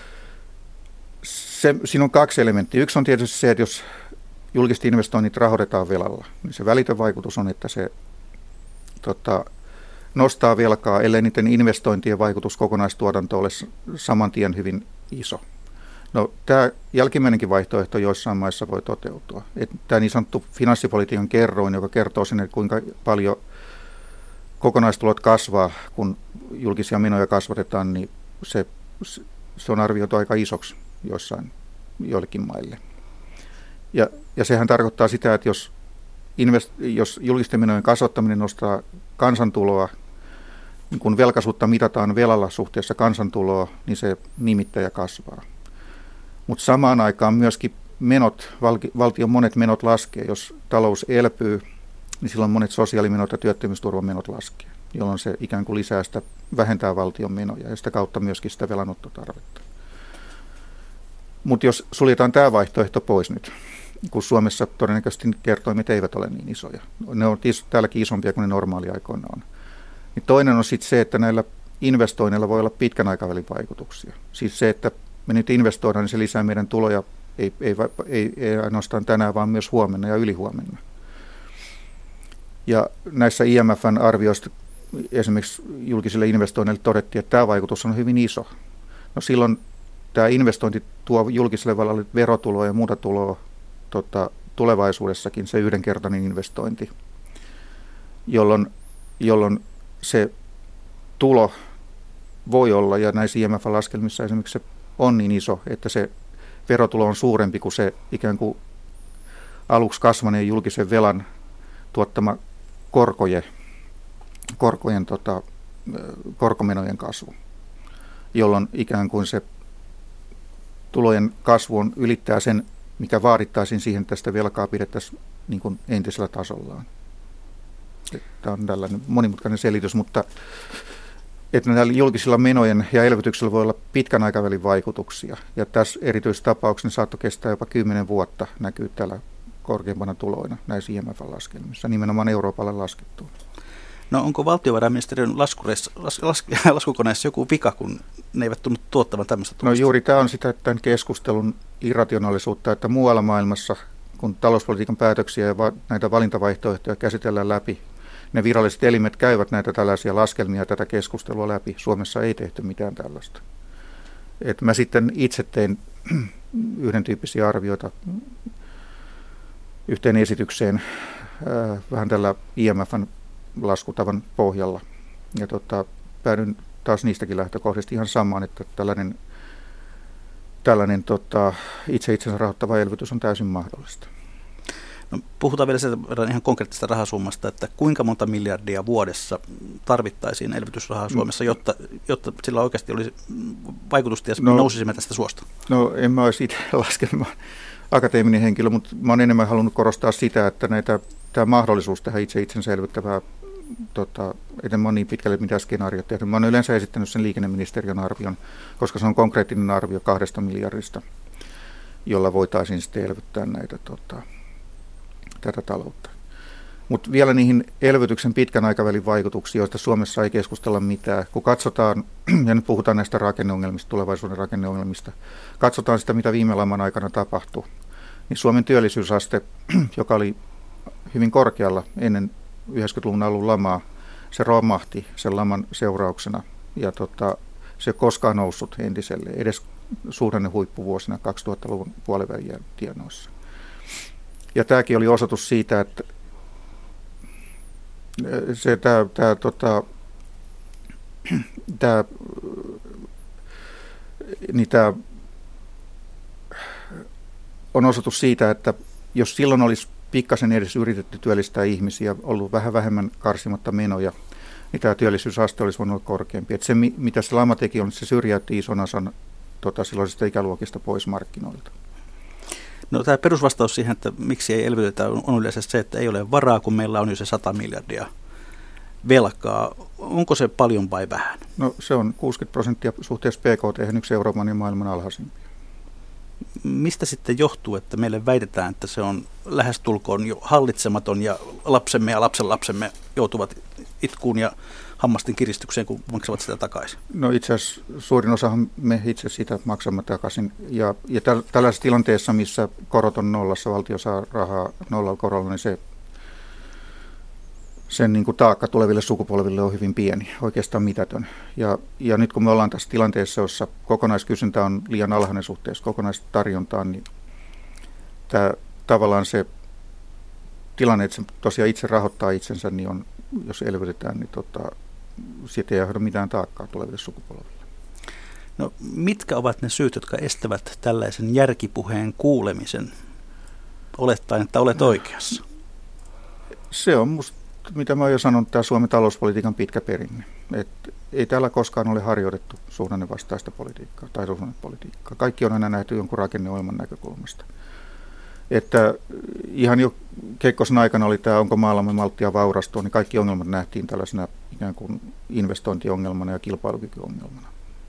D: se, siinä on kaksi elementtiä. Yksi on tietysti se, että jos julkiset investoinnit rahoitetaan velalla, niin se välitön vaikutus on, että se tota, nostaa velkaa, ellei niiden investointien vaikutus kokonaistuotantoon ole saman tien hyvin iso. No, tämä jälkimmäinenkin vaihtoehto joissain maissa voi toteutua. Että tämä niin sanottu finanssipolitiikan kerroin, joka kertoo sen, että kuinka paljon kokonaistulot kasvaa, kun julkisia menoja kasvatetaan, niin se, se on arvioitu aika isoksi joissain joillekin maille. Ja, ja sehän tarkoittaa sitä, että jos, invest, jos julkisten menojen kasvattaminen nostaa kansantuloa, niin kun velkaisuutta mitataan velalla suhteessa kansantuloa, niin se nimittäjä kasvaa. Mutta samaan aikaan myöskin menot, valtion monet menot laskee. Jos talous elpyy, niin silloin monet sosiaalimenot ja työttömyysturvamenot laskee, jolloin se ikään kuin lisää sitä, vähentää valtion menoja ja sitä kautta myöskin sitä velanottotarvetta. Mutta jos suljetaan tämä vaihtoehto pois nyt, kun Suomessa todennäköisesti kertoimet eivät ole niin isoja, ne on täälläkin isompia kuin ne normaaliaikoina on, niin toinen on sitten se, että näillä investoinneilla voi olla pitkän aikavälin vaikutuksia. Siis se, että me nyt investoidaan, niin se lisää meidän tuloja ei, ei, ei, ei ainoastaan tänään, vaan myös huomenna ja ylihuomenna. Ja näissä I M F:n arvioista esimerkiksi julkisille investoinneille todettiin, että tämä vaikutus on hyvin iso. No silloin tämä investointi tuo julkiselle valalle verotuloa ja muuta tuloa tota, tulevaisuudessakin, se yhdenkertainen investointi, jolloin, jolloin se tulo voi olla, ja näissä I M F-laskelmissa esimerkiksi se on niin iso, että se verotulo on suurempi kuin se ikään kuin aluksi kasvaneen julkisen velan tuottama korkojen, korkojen tota, korkomenojen kasvu, jolloin ikään kuin se tulojen kasvu on ylittää sen, mikä vaadittaisiin siihen, että sitä velkaa pidettäisiin niin kuin entisellä tasollaan. Tämä on tällainen monimutkainen selitys, mutta että näillä julkisilla menojen ja elvytyksellä voi olla pitkän aikavälin vaikutuksia. Ja tässä erityistapauksessa ne saattoi kestää jopa kymmenen vuotta, näkyy täällä korkeimpana tuloina näissä I M F-laskelmissa, nimenomaan Euroopalle laskettu.
C: No onko valtiovarainministeriön laskureissa, las, las, laskukoneessa joku vika, kun ne eivät tunnu tuottavan tämmöistä tulosta?
D: No juuri tämä on sitä tämän keskustelun irrationaalisuutta, että muualla maailmassa, kun talouspolitiikan päätöksiä ja va- näitä valintavaihtoehtoja käsitellään läpi, ne viralliset elimet käyvät näitä tällaisia laskelmia ja tätä keskustelua läpi. Suomessa ei tehty mitään tällaista. Et mä sitten itse tein yhden tyyppisiä arvioita yhteen esitykseen äh, vähän tällä I M F:n laskutavan pohjalla. Ja tota, päädyin taas niistäkin lähtökohdista ihan samaan, että tällainen, tällainen tota, itse itsensä rahoittava elvytys on täysin mahdollista.
C: No, puhutaan vielä sen verran ihan konkreettisesta rahasummasta, että kuinka monta miljardia vuodessa tarvittaisiin elvytysrahaa Suomessa, jotta, jotta sillä oikeasti olisi vaikutusta ja no, nousisimme tästä suosta? No
D: en mä olisi itse laskenut akateeminen henkilö, mutta mä olen enemmän halunnut korostaa sitä, että näitä, tämä mahdollisuus tähän itse itsensä elvyttävää, tota, en mä ole niin pitkälle mitään skenaariot tehnyt. Mä olen yleensä esittänyt sen liikenneministeriön arvion, koska se on konkreettinen arvio kahdesta miljardista, jolla voitaisiin sitten elvyttää näitä tota, tätä taloutta. Mutta vielä niihin elvytyksen pitkän aikavälin vaikutuksiin, joista Suomessa ei keskustella mitään. Kun katsotaan, ja nyt puhutaan näistä rakenneongelmista, tulevaisuuden rakenneongelmista, katsotaan sitä, mitä viime laman aikana tapahtui, niin Suomen työllisyysaste, joka oli hyvin korkealla ennen yhdeksänkymmentäluvun alun lamaa, se romahti sen laman seurauksena, ja tota, se ei koskaan noussut entiselle, edes suhdannehuippuvuosina kaksituhattaluvun puolivälin tienoissa. Ja tämäkin oli osoitus siitä, että se, tämä, tämä, tota, tämä, niin tämä on osoitus siitä, että jos silloin olisi pikkasen edes yritetty työllistää ihmisiä, ollut vähän vähemmän karsimatta menoja, niin tämä työllisyysaste olisi voinut olla korkeampi. Että se, mitä se lama teki, on, että se syrjäytti ison osan tota, silloisista ikäluokista pois markkinoilta.
C: No, tämä perusvastaus siihen, että miksi ei elvytetä, on yleensä se, että ei ole varaa, kun meillä on jo se sata miljardia velkaa. Onko se paljon vai vähän?
D: No se on kuusikymmentä prosenttia suhteessa P K T, yksi Euroopan ja maailman alhaisimpia.
C: Mistä sitten johtuu, että meille väitetään, että se on lähestulkoon jo hallitsematon ja lapsemme ja lapsenlapsemme joutuvat itkuun ja hammasten kiristykseen, kun maksavat sitä takaisin?
D: No itse asiassa suurin osahan me itse sitä maksamme takaisin. Ja, ja täl, tällaisessa tilanteessa, missä korot on nollassa, valtio saa rahaa nollalla korolla, niin se, sen niin kuin taakka tuleville sukupolville on hyvin pieni, oikeastaan mitätön. Ja, ja nyt kun me ollaan tässä tilanteessa, jossa kokonaiskysyntä on liian alhainen suhteessa kokonaistarjontaan, niin tämä, tavallaan se tilanne, että se tosiaan itse rahoittaa itsensä, niin on, jos elvytetään, niin tota, siitä ei aiheuta mitään taakkaa tuleville sukupolville.
C: No, mitkä ovat ne syyt, jotka estävät tällaisen järkipuheen kuulemisen, olettaen, että olet oikeassa?
D: Se on musta, mitä mä oon jo sanonut, tämä Suomen talouspolitiikan pitkä perinne. Et ei täällä koskaan ole harjoitettu suhdannevastaista politiikkaa tai suhdannepolitiikkaa. Kaikki on aina nähty jonkun rakenneohjelman näkökulmasta. Että ihan jo Kekkosen aikana oli tämä onko maailman malttia vaurastua, niin kaikki ongelmat nähtiin tällaisena ikään kuin investointiongelmana ja kilpailukykyongelmana.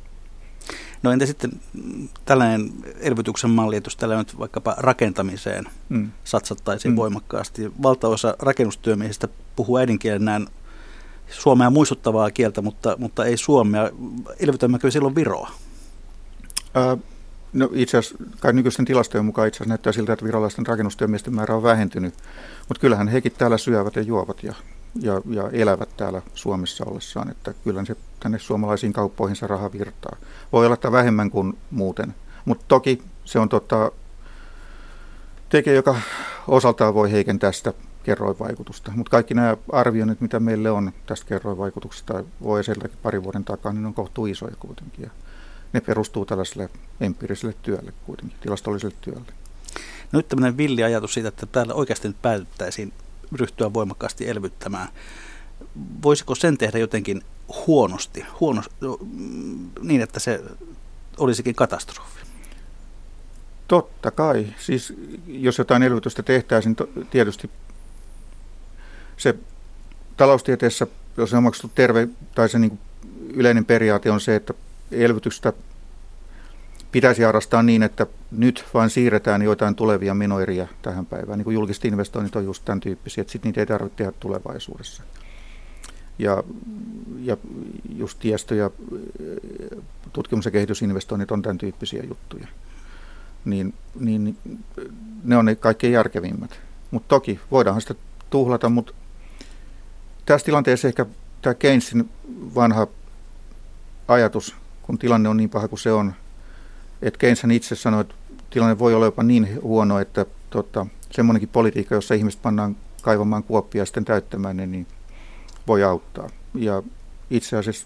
C: No entä sitten tällainen elvytyksen malli, että jos tällä nyt vaikkapa rakentamiseen mm. satsattaisiin mm. voimakkaasti. Valtaosa rakennustyömiehistä puhuu äidinkielenään suomea muistuttavaa kieltä, mutta, mutta ei suomea. Elvytämmekö silloin Viroa?
D: Ää, no itse asiassa kai nykyisten tilastojen mukaan itse asiassa näyttää siltä, että virolaisten rakennustyömiesten määrä on vähentynyt. Mutta kyllähän hekin täällä syövät ja juovat ja, ja, ja elävät täällä Suomessa ollessaan. Että kyllä se tänne suomalaisiin kauppoihin se raha virtaa. Voi olla, että vähemmän kuin muuten. Mutta toki se on tota, tekijä, joka osaltaan voi heikentää sitä kerroinvaikutusta. Mutta kaikki nämä arvioinnit, mitä meille on tästä kerroinvaikutuksesta, voi sieltäkin parin vuoden takaa, niin on kohtuu isoja kuitenkin. Ja ne perustuu tällaiselle empiiriselle työlle kuitenkin, tilastolliselle työlle.
C: No nyt tämmöinen villi ajatus siitä, että täällä oikeasti nyt päätyttäisiin ryhtyä voimakkaasti elvyttämään. Voisiko sen tehdä jotenkin huonosti, huono, niin että se olisikin katastrofi?
D: Totta kai. Siis jos jotain elvytystä tehtäisiin, tietysti se taloustieteessä, jos se on maksettu terve, tai se niin kuin yleinen periaate on se, että elvytystä pitäisi harrastaa niin, että nyt vain siirretään joitain tulevia menoeriä tähän päivään. Niin kuin julkiset investoinnit on just tämän tyyppisiä, että sitten niitä ei tarvitse tehdä tulevaisuudessa. Ja, ja just tiestö- ja tutkimus- ja kehitysinvestoinnit on tämän tyyppisiä juttuja. Niin, niin ne on ne kaikkein järkevimmät. Mutta toki voidaanhan sitä tuhlata, mutta tässä tilanteessa ehkä tämä Keynesin vanha ajatus, kun tilanne on niin paha kuin se on, että Keynes itse sanoi, että tilanne voi olla jopa niin huono, että tota, semmoinenkin politiikka, jossa ihmiset pannaan kaivamaan kuoppia ja sitten täyttämään ne, niin voi auttaa. Ja itse asiassa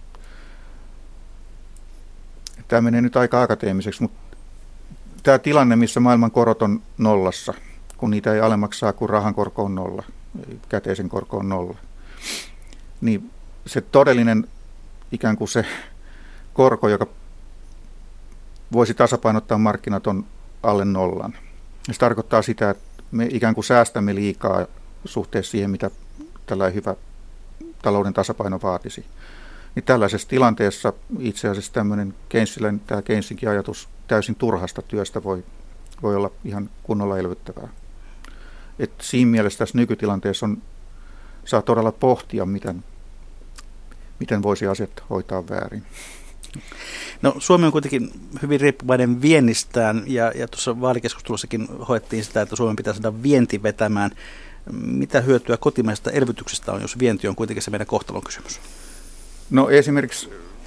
D: tämä menee nyt aika akateemiseksi, mutta tämä tilanne, missä maailman korot on nollassa, kun niitä ei alemmaksi saa, kun rahan korko on nolla, käteisen korko on nolla, niin se todellinen ikään kuin se korko, joka voisi tasapainottaa markkinat, on alle nollan. Se tarkoittaa sitä, että me ikään kuin säästämme liikaa suhteessa siihen, mitä tällainen hyvä talouden tasapaino vaatisi. Niin tällaisessa tilanteessa itse asiassa tämmöinen Keynesillä, tämä Keynesinkin ajatus täysin turhasta työstä voi, voi olla ihan kunnolla elvyttävää. Et siinä mielessä tässä nykytilanteessa on, saa todella pohtia, miten, miten voisi asiat hoitaa väärin.
C: No, Suomi on kuitenkin hyvin riippuvainen viennistään, ja, ja tuossa vaalikeskustelussakin hoettiin sitä, että Suomen pitää saada vienti vetämään. Mitä hyötyä kotimaisesta elvytyksestä on, jos vienti on kuitenkin se meidän kohtalon kysymys?
D: No esimerkiksi,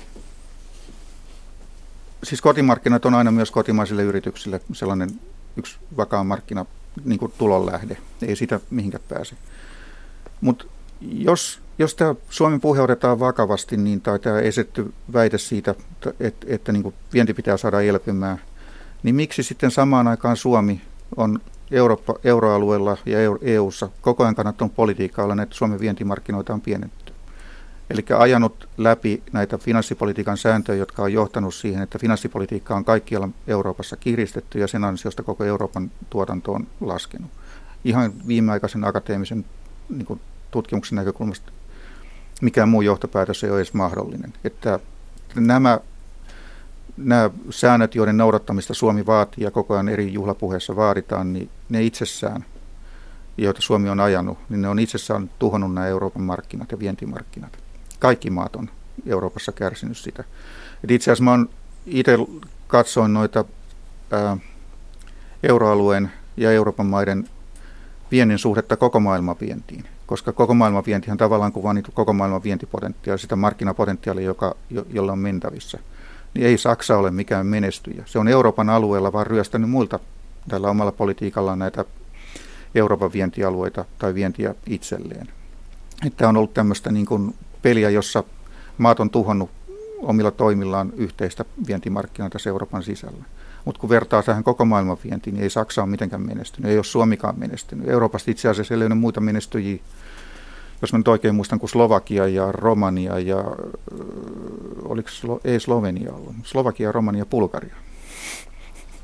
D: siis kotimarkkinat on aina myös kotimaisille yrityksille sellainen yksi vakaa markkina, niin kuin tulonlähde. Ei siitä mihinkään pääse. Mutta jos, jos tämä Suomen puhe otetaan vakavasti, niin tai tämä esitetty väite siitä, että, että, että niin kuin vienti pitää saada elpymään, niin miksi sitten samaan aikaan Suomi on Eurooppa, euroalueella ja E U:ssa koko ajan kannattanut politiikkaa, jolla näitä Suomen vientimarkkinoita on pienennetty. Eli ajanut läpi näitä finanssipolitiikan sääntöjä, jotka on johtanut siihen, että finanssipolitiikka on kaikkialla Euroopassa kiristetty ja sen ansiosta koko Euroopan tuotanto on laskenut. Ihan viimeaikaisen akateemisen niin kuin tutkimuksen näkökulmasta mikään muu johtopäätös ei ole edes mahdollinen. Että nämä, nämä säännöt, joiden noudattamista Suomi vaatii ja koko ajan eri juhlapuheissa vaaditaan, niin ne itsessään, joita Suomi on ajanut, niin ne on itsessään tuhonnut nämä Euroopan markkinat ja vientimarkkinat. Kaikki maat on Euroopassa kärsinyt sitä. Et itse asiassa mä oon itse katsoin noita ää, euroalueen ja Euroopan maiden viennin suhdetta koko maailman vientiin, koska koko maailman vientihan tavallaan kuvaa niitä koko maailman vientipotentiaalia, sitä markkinapotentiaalia, joka, jo, jolla on mentävissä. Niin ei Saksa ole mikään menestyjä. Se on Euroopan alueella vaan ryöstänyt muilta tällä omalla politiikallaan näitä Euroopan vientialueita tai vientiä itselleen. Tämä on ollut tämmöistä niin kuin peliä, jossa maat on tuhonnut omilla toimillaan yhteistä vientimarkkinaa tässä Euroopan sisällä. Mutta kun vertaa tähän koko maailman vientiin, niin ei Saksa ole mitenkään menestynyt, ei ole Suomikaan menestynyt. Euroopasta itse asiassa ei ole muita menestyjiä, jos mä nyt oikein muistan, kuin Slovakia ja Romania ja, oliko Slo- ei Slovenia ollut, Slovakia, Romania ja Bulgaria.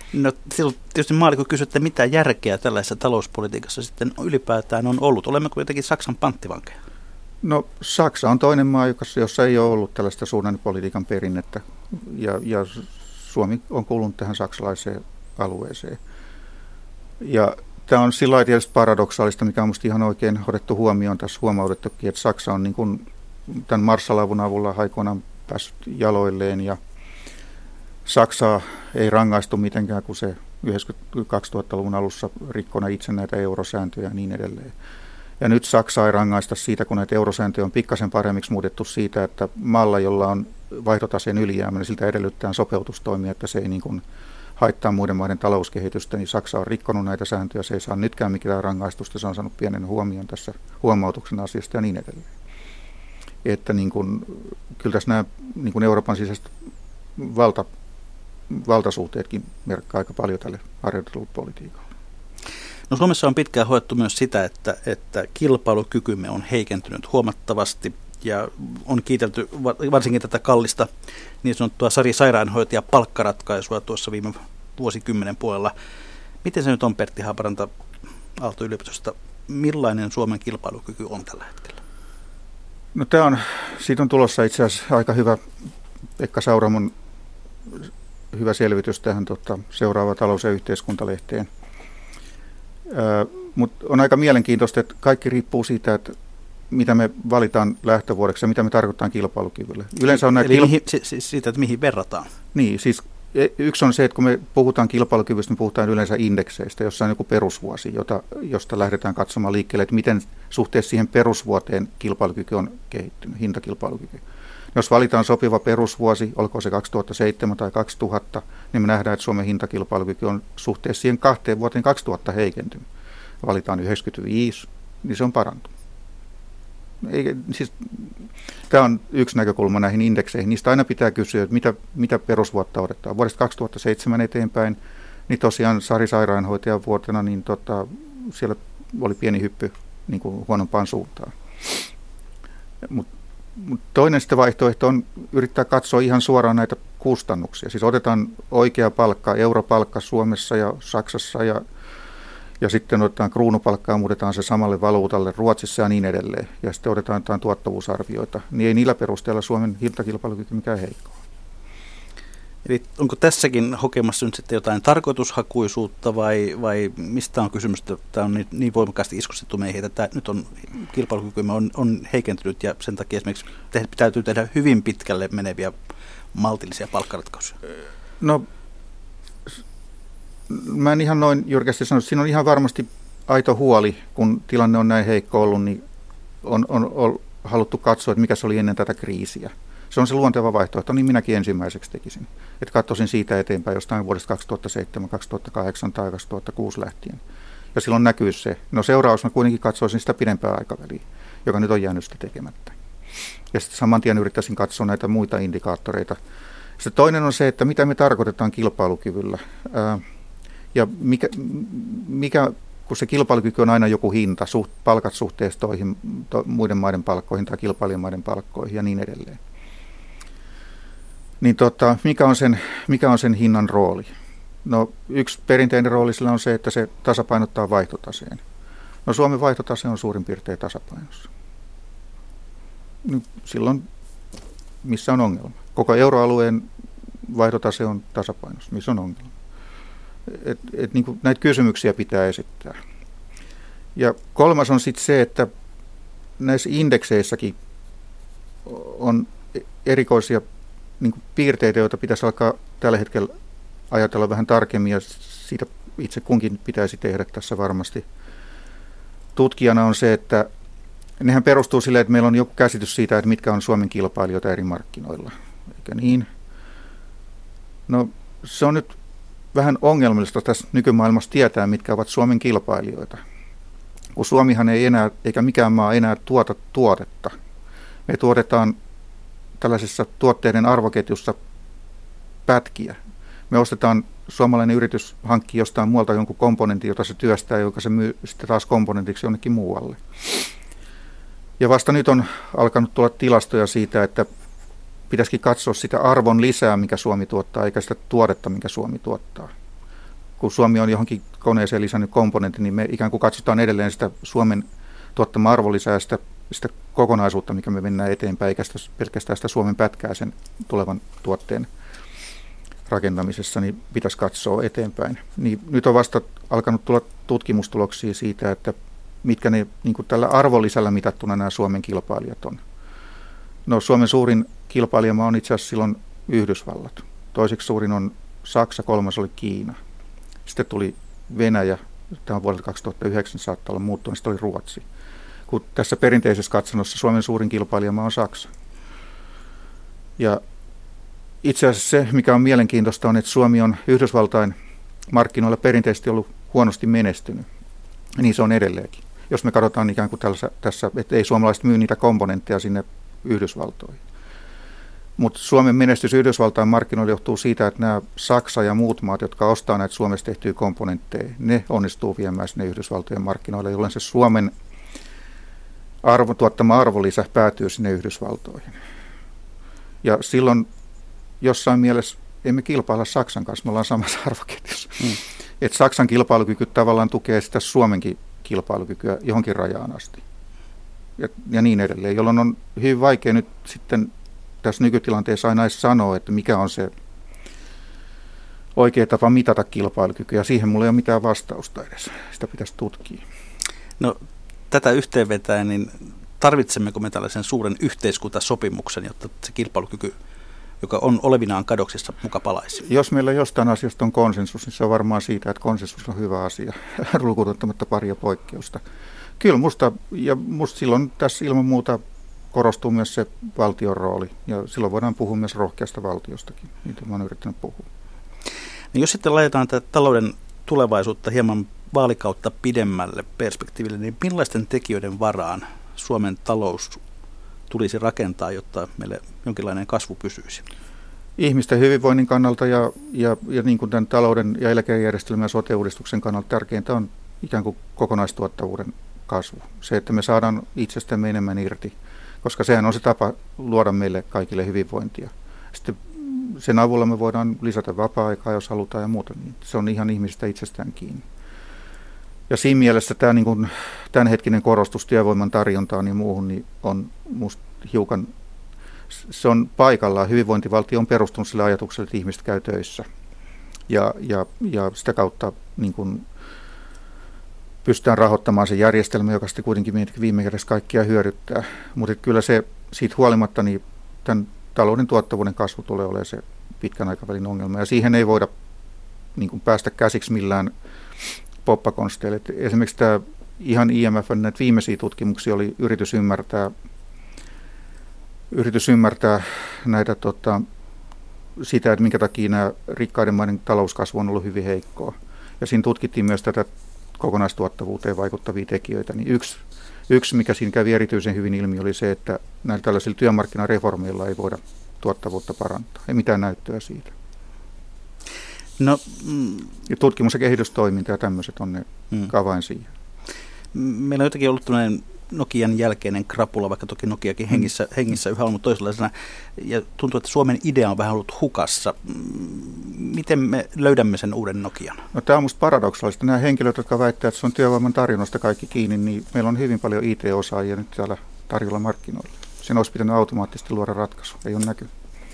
C: No tietysti maallikko kysyy, että mitä järkeä tällaisessa talouspolitiikassa sitten ylipäätään on ollut. Olemmeko jotenkin Saksan panttivankeja?
D: No Saksa on toinen maa, jossa ei ole ollut tällaista suhdannepolitiikan perinnettä, ja, ja Suomi on kuulunut tähän saksalaiseen alueeseen. Ja tämä on sillä lailla tietysti paradoksaalista, mikä on minusta ihan oikein otettu huomioon tässä huomautettukin, että Saksa on niin kuin tämän Marshall-avun avulla aikoinaan päässyt jaloilleen, ja Saksaa ei rangaistu mitenkään, kun se kaksituhattaluvun alussa rikkona itse näitä eurosääntöjä ja niin edelleen. Ja nyt Saksa ei rangaista siitä, kun näitä eurosääntöjä on pikkasen paremmiksi muutettu siitä, että maalla, jolla on vaihtotaseen ylijäämä, niin siltä edellyttää sopeutustoimia, että se ei niin kuin haittaa muiden maiden talouskehitystä, niin Saksa on rikkonut näitä sääntöjä, se ei saa nytkään mikään rangaistusta, se on saanut pienen huomion tässä huomautuksen asiasta ja niin edelleen. Että niin kuin, kyllä tässä nämä niin kuin Euroopan sisäiset valta, valtasuhteetkin merkkaa aika paljon tälle harjoitetulle politiikalle.
C: No Suomessa on pitkään hoettu myös sitä, että, että kilpailukykymme on heikentynyt huomattavasti ja on kiitelty varsinkin tätä kallista niin sanottua Sari Sairaanhoitaja palkkaratkaisua tuossa viime vuosikymmenen puolella. Miten se nyt on, Pertti Haaparanta Aalto-yliopistosta? Millainen Suomen kilpailukyky on tällä hetkellä?
D: No tämä on, siitä on tulossa itse asiassa aika hyvä Pekka Sauramon hyvä selvitys tähän tota, seuraava talous- ja yhteiskuntalehteen. Mutta on aika mielenkiintoista, että kaikki riippuu siitä, että mitä me valitaan lähtövuodeksi ja mitä me tarkoitetaan kilpailukyvylle. Yleensä on näitä
C: Eli
D: kilp-
C: mihin, siis siitä, että mihin verrataan?
D: Niin, siis yksi on se, että kun me puhutaan kilpailukyvystä, niin puhutaan yleensä indekseistä, jossa on joku perusvuosi, jota, josta lähdetään katsomaan liikkeelle, että miten suhteessa siihen perusvuoteen kilpailukyky on kehittynyt, hintakilpailukyky. Jos valitaan sopiva perusvuosi, olkoon se kaksituhattaseitsemän tai kaksituhatta, niin me nähdään, että Suomen hintakilpailukyky on suhteessa siihen kahteen vuoteen kaksituhatta heikentynyt. Valitaan yhdeksänkymmentäviisi, niin se on parantunut. Eikä, siis, tämä on yksi näkökulma näihin indekseihin. Niistä aina pitää kysyä, että mitä, mitä perusvuotta otetaan. Vuodesta kaksituhattaseitsemän eteenpäin, niin tosiaan Sari Sairaanhoitajan vuotena, niin tota, siellä oli pieni hyppy niin kuin huonompaan suuntaan. Mut, mut toinen sitten vaihtoehto on yrittää katsoa ihan suoraan näitä kustannuksia. Siis otetaan oikea palkka, europalkka Suomessa ja Saksassa ja Ja sitten otetaan kruunupalkkaa ja muutetaan se samalle valuutalle Ruotsissa ja niin edelleen. Ja sitten otetaan jotain tuottavuusarvioita. Niin ei niillä perusteella Suomen hintakilpailukyky mikään heikkoa.
C: Eli onko tässäkin hokemassa nyt sitten jotain tarkoitushakuisuutta vai, vai mistä on kysymys, että tämä on niin, niin voimakkaasti iskustettu meihin, että tämä nyt on kilpailukykymme on, on heikentynyt ja sen takia esimerkiksi te, täytyy tehdä hyvin pitkälle meneviä maltillisia palkkaratkaisuja?
D: No, mä en ihan noin jyrkästi sano, siinä on ihan varmasti aito huoli, kun tilanne on näin heikko ollut, niin on, on, on haluttu katsoa, että mikä se oli ennen tätä kriisiä. Se on se luonteva vaihtoehto, niin minäkin ensimmäiseksi tekisin. Että katsoisin siitä eteenpäin jostain vuodesta kaksituhattaseitsemän, kaksituhattakahdeksan tai kaksituhattakuusi lähtien. Ja silloin näkyy se. No seuraavaksi mä kuitenkin katsoisin sitä pidempää aikaväliä, joka nyt on jäänyt sitä tekemättä. Ja sitten saman tien yrittäisin katsoa näitä muita indikaattoreita. Sitten toinen on se, että mitä me tarkoitetaan kilpailukyvyllä. Ää, ja mikä, mikä, kun se kilpailukyky on aina joku hinta, suht, palkat suhteessa toihin, to, muiden maiden palkkoihin tai kilpailijamaiden palkkoihin ja niin edelleen. Niin tota, mikä, on sen, mikä on sen hinnan rooli? No yksi perinteinen rooli sillä on se, että se tasapainottaa vaihtotaseen. No Suomen vaihtotase on suurin piirtein tasapainossa. No, silloin missä on ongelma? Koko euroalueen vaihtotase on tasapainossa. Missä on ongelma? Et, et, niin kuin näitä kysymyksiä pitää esittää. Ja kolmas on sitten se, että näissä indekseissäkin on erikoisia niin kuin piirteitä, joita pitäisi alkaa tällä hetkellä ajatella vähän tarkemmin, ja siitä itse kunkin pitäisi tehdä tässä varmasti. Tutkijana on se, että nehän perustuu sille, että meillä on joku käsitys siitä, että mitkä on Suomen kilpailijoita eri markkinoilla. Eikä niin? No se on nyt vähän ongelmallista tässä nykymaailmassa tietää, mitkä ovat Suomen kilpailijoita. Kun Suomihan ei enää, eikä mikään maa enää tuota tuotetta. Me tuotetaan tällaisessa tuotteiden arvoketjussa pätkiä. Me ostetaan, suomalainen yritys hankkii jostain muualta jonkun komponentin, jota se työstää, joka se myy sitten taas komponentiksi jonnekin muualle. Ja vasta nyt on alkanut tulla tilastoja siitä, että pitäisikin katsoa sitä arvon lisää, mikä Suomi tuottaa, eikä sitä tuotetta, mikä Suomi tuottaa. kun Suomi on johonkin koneeseen lisännyt komponentti, niin me ikään kuin katsotaan edelleen sitä Suomen tuottamaa arvonlisää, sitä, sitä kokonaisuutta, mikä me mennään eteenpäin, eikä sitä, pelkästään sitä Suomen pätkää sen tulevan tuotteen rakentamisessa, niin pitäisi katsoa eteenpäin. Niin nyt on vasta alkanut tulla tutkimustuloksia siitä, että mitkä ne niin kuin tällä arvonlisällä mitattuna nämä Suomen kilpailijat on. No, Suomen suurin kilpailijamaa on itse asiassa silloin Yhdysvallat. Toiseksi suurin on Saksa, kolmas oli Kiina. Sitten tuli Venäjä, tämä on vuodelta kaksituhattayhdeksän saattaa olla muuttunut, niin sitten oli Ruotsi. Kun tässä perinteisessä katsannossa Suomen suurin kilpailijamaa on Saksa. Ja itse asiassa se, mikä on mielenkiintoista, on, että Suomi on Yhdysvaltain markkinoilla perinteisesti ollut huonosti menestynyt. Niin se on edelleenkin. Jos me katsotaan ikään kuin tällaisessa, tässä, että ei suomalaiset myy niitä komponentteja sinne Yhdysvaltoihin. Mutta Suomen menestys Yhdysvaltain markkinoilla johtuu siitä, että nämä Saksa ja muut maat, jotka ostaa näitä Suomesta tehtyjä komponentteja, ne onnistuu viemään sinne Yhdysvaltojen markkinoille, jolloin se Suomen arvo, tuottama arvonlisä päätyy sinne Yhdysvaltoihin. Ja silloin jossain mielessä emme kilpailla Saksan kanssa, me ollaan samassa arvoketjussa. Mm. Et Saksan kilpailukyky tavallaan tukee sitä Suomenkin kilpailukykyä johonkin rajaan asti. Ja, ja niin edelleen, jolloin on hyvin vaikea nyt sitten tässä nykytilanteessa aina edes sanoa, että mikä on se oikea tapa mitata kilpailukykyä. Siihen mulla ei ole mitään vastausta edes. Sitä pitäisi tutkia.
C: No, tätä yhteenvetäen, niin tarvitsemmeko me tällaisen suuren yhteiskuntasopimuksen, jotta se kilpailukyky, joka on olevinaan kadoksissa, muka palaisi?
D: Jos meillä jostain asiasta on konsensus, niin se on varmaan siitä, että konsensus on hyvä asia, lukuun ottamatta paria poikkeusta. Kyllä musta, ja musta silloin tässä ilman muuta korostuu myös se valtion rooli, ja silloin voidaan puhua myös rohkeasta valtiostakin, niitä mä oon yrittänyt puhua.
C: No jos sitten laitetaan tätä talouden tulevaisuutta hieman vaalikautta pidemmälle perspektiiville, niin millaisten tekijöiden varaan Suomen talous tulisi rakentaa, jotta meille jonkinlainen kasvu pysyisi?
D: Ihmisten hyvinvoinnin kannalta ja, ja, ja niin kuin tämän talouden ja eläkejärjestelmän ja sote-uudistuksen kannalta tärkeintä on ikään kuin kokonaistuottavuuden kasvu. Se, että me saadaan itsestämme enemmän irti, koska sehän on se tapa luoda meille kaikille hyvinvointia. Sitten sen avulla me voidaan lisätä vapaa-aikaa, jos halutaan ja muuta. Niin se on ihan ihmisistä itsestään kiinni. Ja siinä mielessä tämä niin kuin tämänhetkinen korostus työvoiman tarjontaan ja muuhun niin on musta hiukan, se on paikallaan. Hyvinvointivaltio on perustunut sille ajatukselle, että ihmiset käy töissä. Ja, ja, ja sitä kautta niin kuin pystytään rahoittamaan se järjestelmä, joka sitten kuitenkin viime kädessä kaikkia hyödyttää. Mutta kyllä se siitä huolimatta, niin tämän talouden tuottavuuden kasvu tulee olemaan se pitkän aikavälin ongelma. Ja siihen ei voida niin kuin päästä käsiksi millään poppakonsteille. Esimerkiksi tämä ihan I M F:n näitä viimeisiä tutkimuksia oli yritys ymmärtää, yritys ymmärtää näitä, tota, sitä, että minkä takia nämä rikkaiden maiden talouskasvu on ollut hyvin heikkoa. Ja siinä tutkittiin myös tätä kokonaistuottavuuteen vaikuttavia tekijöitä. Niin yksi, yksi, mikä siinä kävi erityisen hyvin ilmi, oli se, että näillä tällaisilla työmarkkinareformeilla ei voida tuottavuutta parantaa. Ei mitään näyttöä siitä.
C: No, mm,
D: ja tutkimus- ja kehitystoiminta ja tämmöiset on ne mm. avain siihen.
C: Meillä on jotenkin ollut tämmöinen Nokian jälkeinen krapula, vaikka toki Nokiakin hengissä, hengissä yhä on, mutta toisenlaisena. Ja tuntuu, että Suomen idea on vähän ollut hukassa. Miten me löydämme sen uuden Nokian?
D: No, tämä on minusta paradoksaalista. Nämä henkilöt, jotka väittävät, että se on työvoiman tarjonnasta kaikki kiinni, niin meillä on hyvin paljon I T-osaajia nyt täällä tarjolla markkinoilla. Sen olisi pitänyt automaattisesti luoda ratkaisu. Ei ole näkynyt.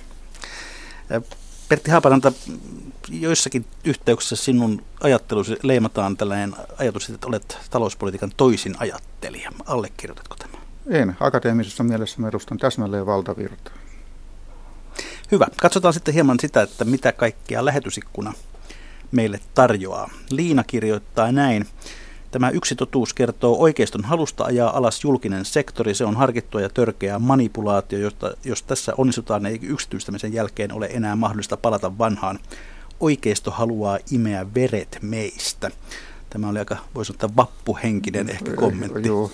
C: Pertti Haaparanta, joissakin yhteyksissä sinun ajattelusi leimataan tällainen ajatus, että olet talouspolitiikan toisin ajattelija. Allekirjoitatko tämä?
D: En. Akateemisessa mielessä mä edustan täsmälleen valtavirtaa.
C: Hyvä. Katsotaan sitten hieman sitä, että mitä kaikkea lähetysikkuna meille tarjoaa. Liina kirjoittaa näin. Tämä yksi totuus kertoo oikeiston halusta ajaa alas julkinen sektori. Se on harkittua ja törkeää manipulaatio, josta, jos tässä onnistutaan, ei yksityistämisen jälkeen ole enää mahdollista palata vanhaan. Oikeisto haluaa imeä veret meistä. Tämä oli aika, voisi sanoa, vappuhenkinen ehkä kommentti.
D: Joo.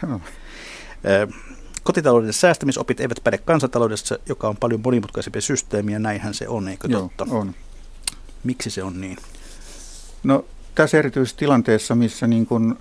C: Kotitalouden säästämisopit eivät päde kansantaloudessa, joka on paljon monimutkaisempi systeemi, ja näinhän se on, eikö totta?
D: Joo, on.
C: Miksi se on niin?
D: No, tässä erityisessä tilanteessa, missä niin kun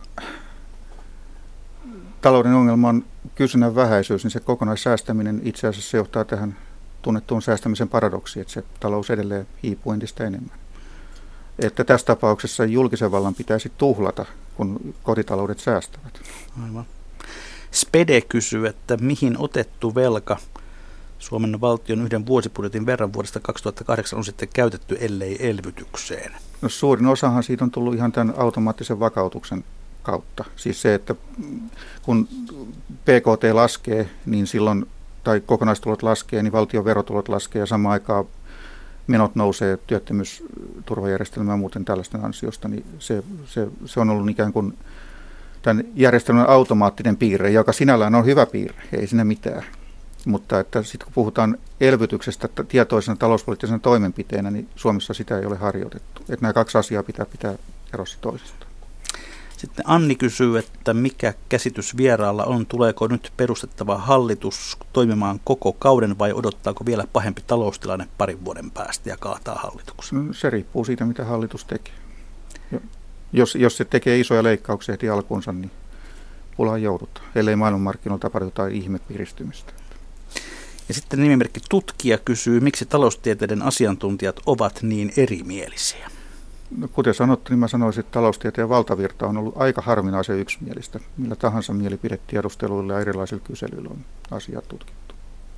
D: talouden ongelma on kysynnän vähäisyys, niin se kokonaissäästäminen itse asiassa johtaa tähän tunnettuun säästämisen paradoksiin, että se talous edelleen hiipuu entistä enemmän. että tässä tapauksessa julkisen vallan pitäisi tuhlata, kun kotitaloudet säästävät.
C: Aivan. Spede kysyy, että mihin otettu velka Suomen valtion yhden vuosibudjetin verran vuodesta kaksituhattakahdeksan on sitten käytetty, ellei elvytykseen?
D: No, suurin osahan siitä on tullut ihan tämän automaattisen vakautuksen kautta. Siis se, että kun P K T laskee, niin silloin, tai kokonaistulot laskee, niin valtion verotulot laskee ja samaan aikaan menot nousee työttömyysturvajärjestelmään muuten tällaisten ansiosta, niin se, se, se on ollut ikään kuin tämän järjestelmän automaattinen piirre, joka sinällään on hyvä piirre, ei siinä mitään. Mutta että sitten kun puhutaan elvytyksestä tietoisena talouspoliittisena toimenpiteenä, niin Suomessa sitä ei ole harjoitettu. Että nämä kaksi asiaa pitää pitää erossa toisistaan.
C: Sitten Anni kysyy, että mikä käsitys vieraalla on, tuleeko nyt perustettava hallitus toimimaan koko kauden vai odottaako vielä pahempi taloustilanne parin vuoden päästä ja kaataa hallituksen?
D: No, se riippuu siitä, mitä hallitus tekee. Jos, jos se tekee isoja leikkauksia heti alkuunsa, niin pulaan joudutaan, ellei maailmanmarkkinoilla tapahdu jotain ihmepiristymistä.
C: Ja sitten nimimerkki Tutkija kysyy, miksi taloustieteiden asiantuntijat ovat niin erimielisiä?
D: No, kuten sanottu, niin mä sanoisin, että taloustieteen valtavirta on ollut aika harvinaisen yksimielistä. Millä tahansa mielipidetiedusteluilla ja erilaisilla kyselyillä on asiat tutkittu.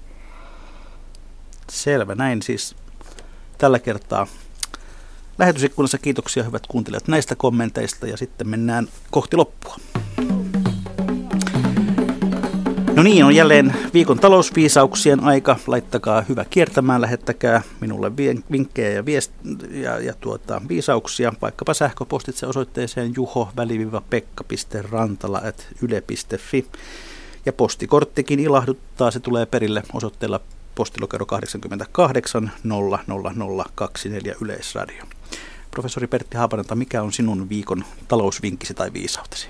C: Selvä, näin siis tällä kertaa lähetysikkunassa. Kiitoksia hyvät kuuntelijat näistä kommenteista ja sitten mennään kohti loppua. No niin, on jälleen viikon talousviisauksien aika. Laittakaa hyvä kiertämään, lähettäkää minulle vinkkejä ja, viest- ja, ja tuota, viisauksia, vaikkapa sähköpostitse osoitteeseen juho-pekka piste rantala ät yle piste fi. Ja postikorttikin ilahduttaa, se tulee perille osoitteella postilokero kahdeksankymmentäkahdeksan nolla nolla nolla kaksikymmentäneljä Yleisradio. Professori Pertti Haaparanta, mikä on sinun viikon talousvinkkisi tai viisautesi?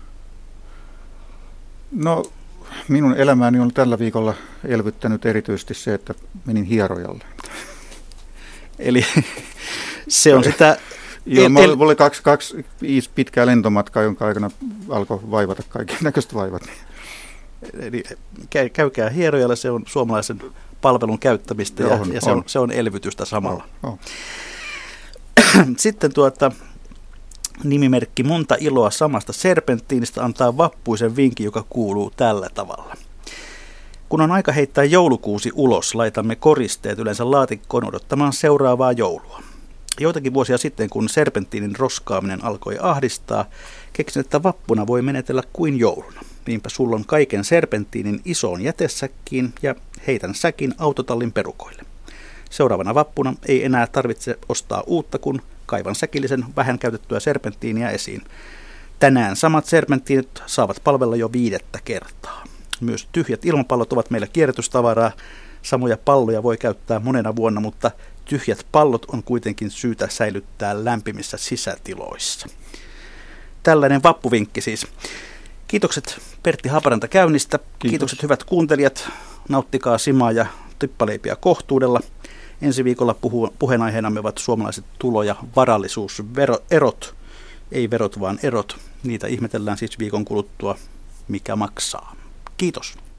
D: No, minun elämääni on tällä viikolla elvyttänyt erityisesti se, että menin hierojalle.
C: Eli se on sitä...
D: Joo, mulla oli kaksi, kaksi pitkää lentomatkaa, jonka aikana alkoi vaivata kaiken näköistä vaivat.
C: Eli käykää hierojalle, se on suomalaisen palvelun käyttämistä ja,
D: on,
C: ja se, on,
D: on.
C: se on elvytystä samalla.
D: On, on.
C: Sitten tuota... Nimimerkki Monta iloa samasta serpenttiinistä antaa vappuisen vinkin, joka kuuluu tällä tavalla. Kun on aika heittää joulukuusi ulos, laitamme koristeet yleensä laatikkoon odottamaan seuraavaa joulua. Joitakin vuosia sitten, kun serpenttiinin roskaaminen alkoi ahdistaa, keksin, että vappuna voi menetellä kuin jouluna. Niinpä sullon kaiken serpenttiinin isoon jätesäkkiin ja heitän säkin autotallin perukoille. Seuraavana vappuna ei enää tarvitse ostaa uutta, kun kaivan säkillisen vähän käytettyä serpenttiiniä esiin. Tänään samat serpenttiinit saavat palvella jo viidettä kertaa. Myös tyhjät ilmapallot ovat meillä kierrätystavaraa. Samoja palloja voi käyttää monena vuonna, mutta tyhjät pallot on kuitenkin syytä säilyttää lämpimissä sisätiloissa. Tällainen vappuvinkki siis. Kiitokset Pertti Haaparanta käynnistä.
D: Kiitos. Kiitokset
C: hyvät kuuntelijat. Nauttikaa simaa ja tippaleipiä kohtuudella. Ensi viikolla puhu, puheenaiheenamme ovat suomalaiset tulo- ja varallisuuserot. Ei verot, vaan erot. Niitä ihmetellään siis viikon kuluttua, mikä maksaa. Kiitos.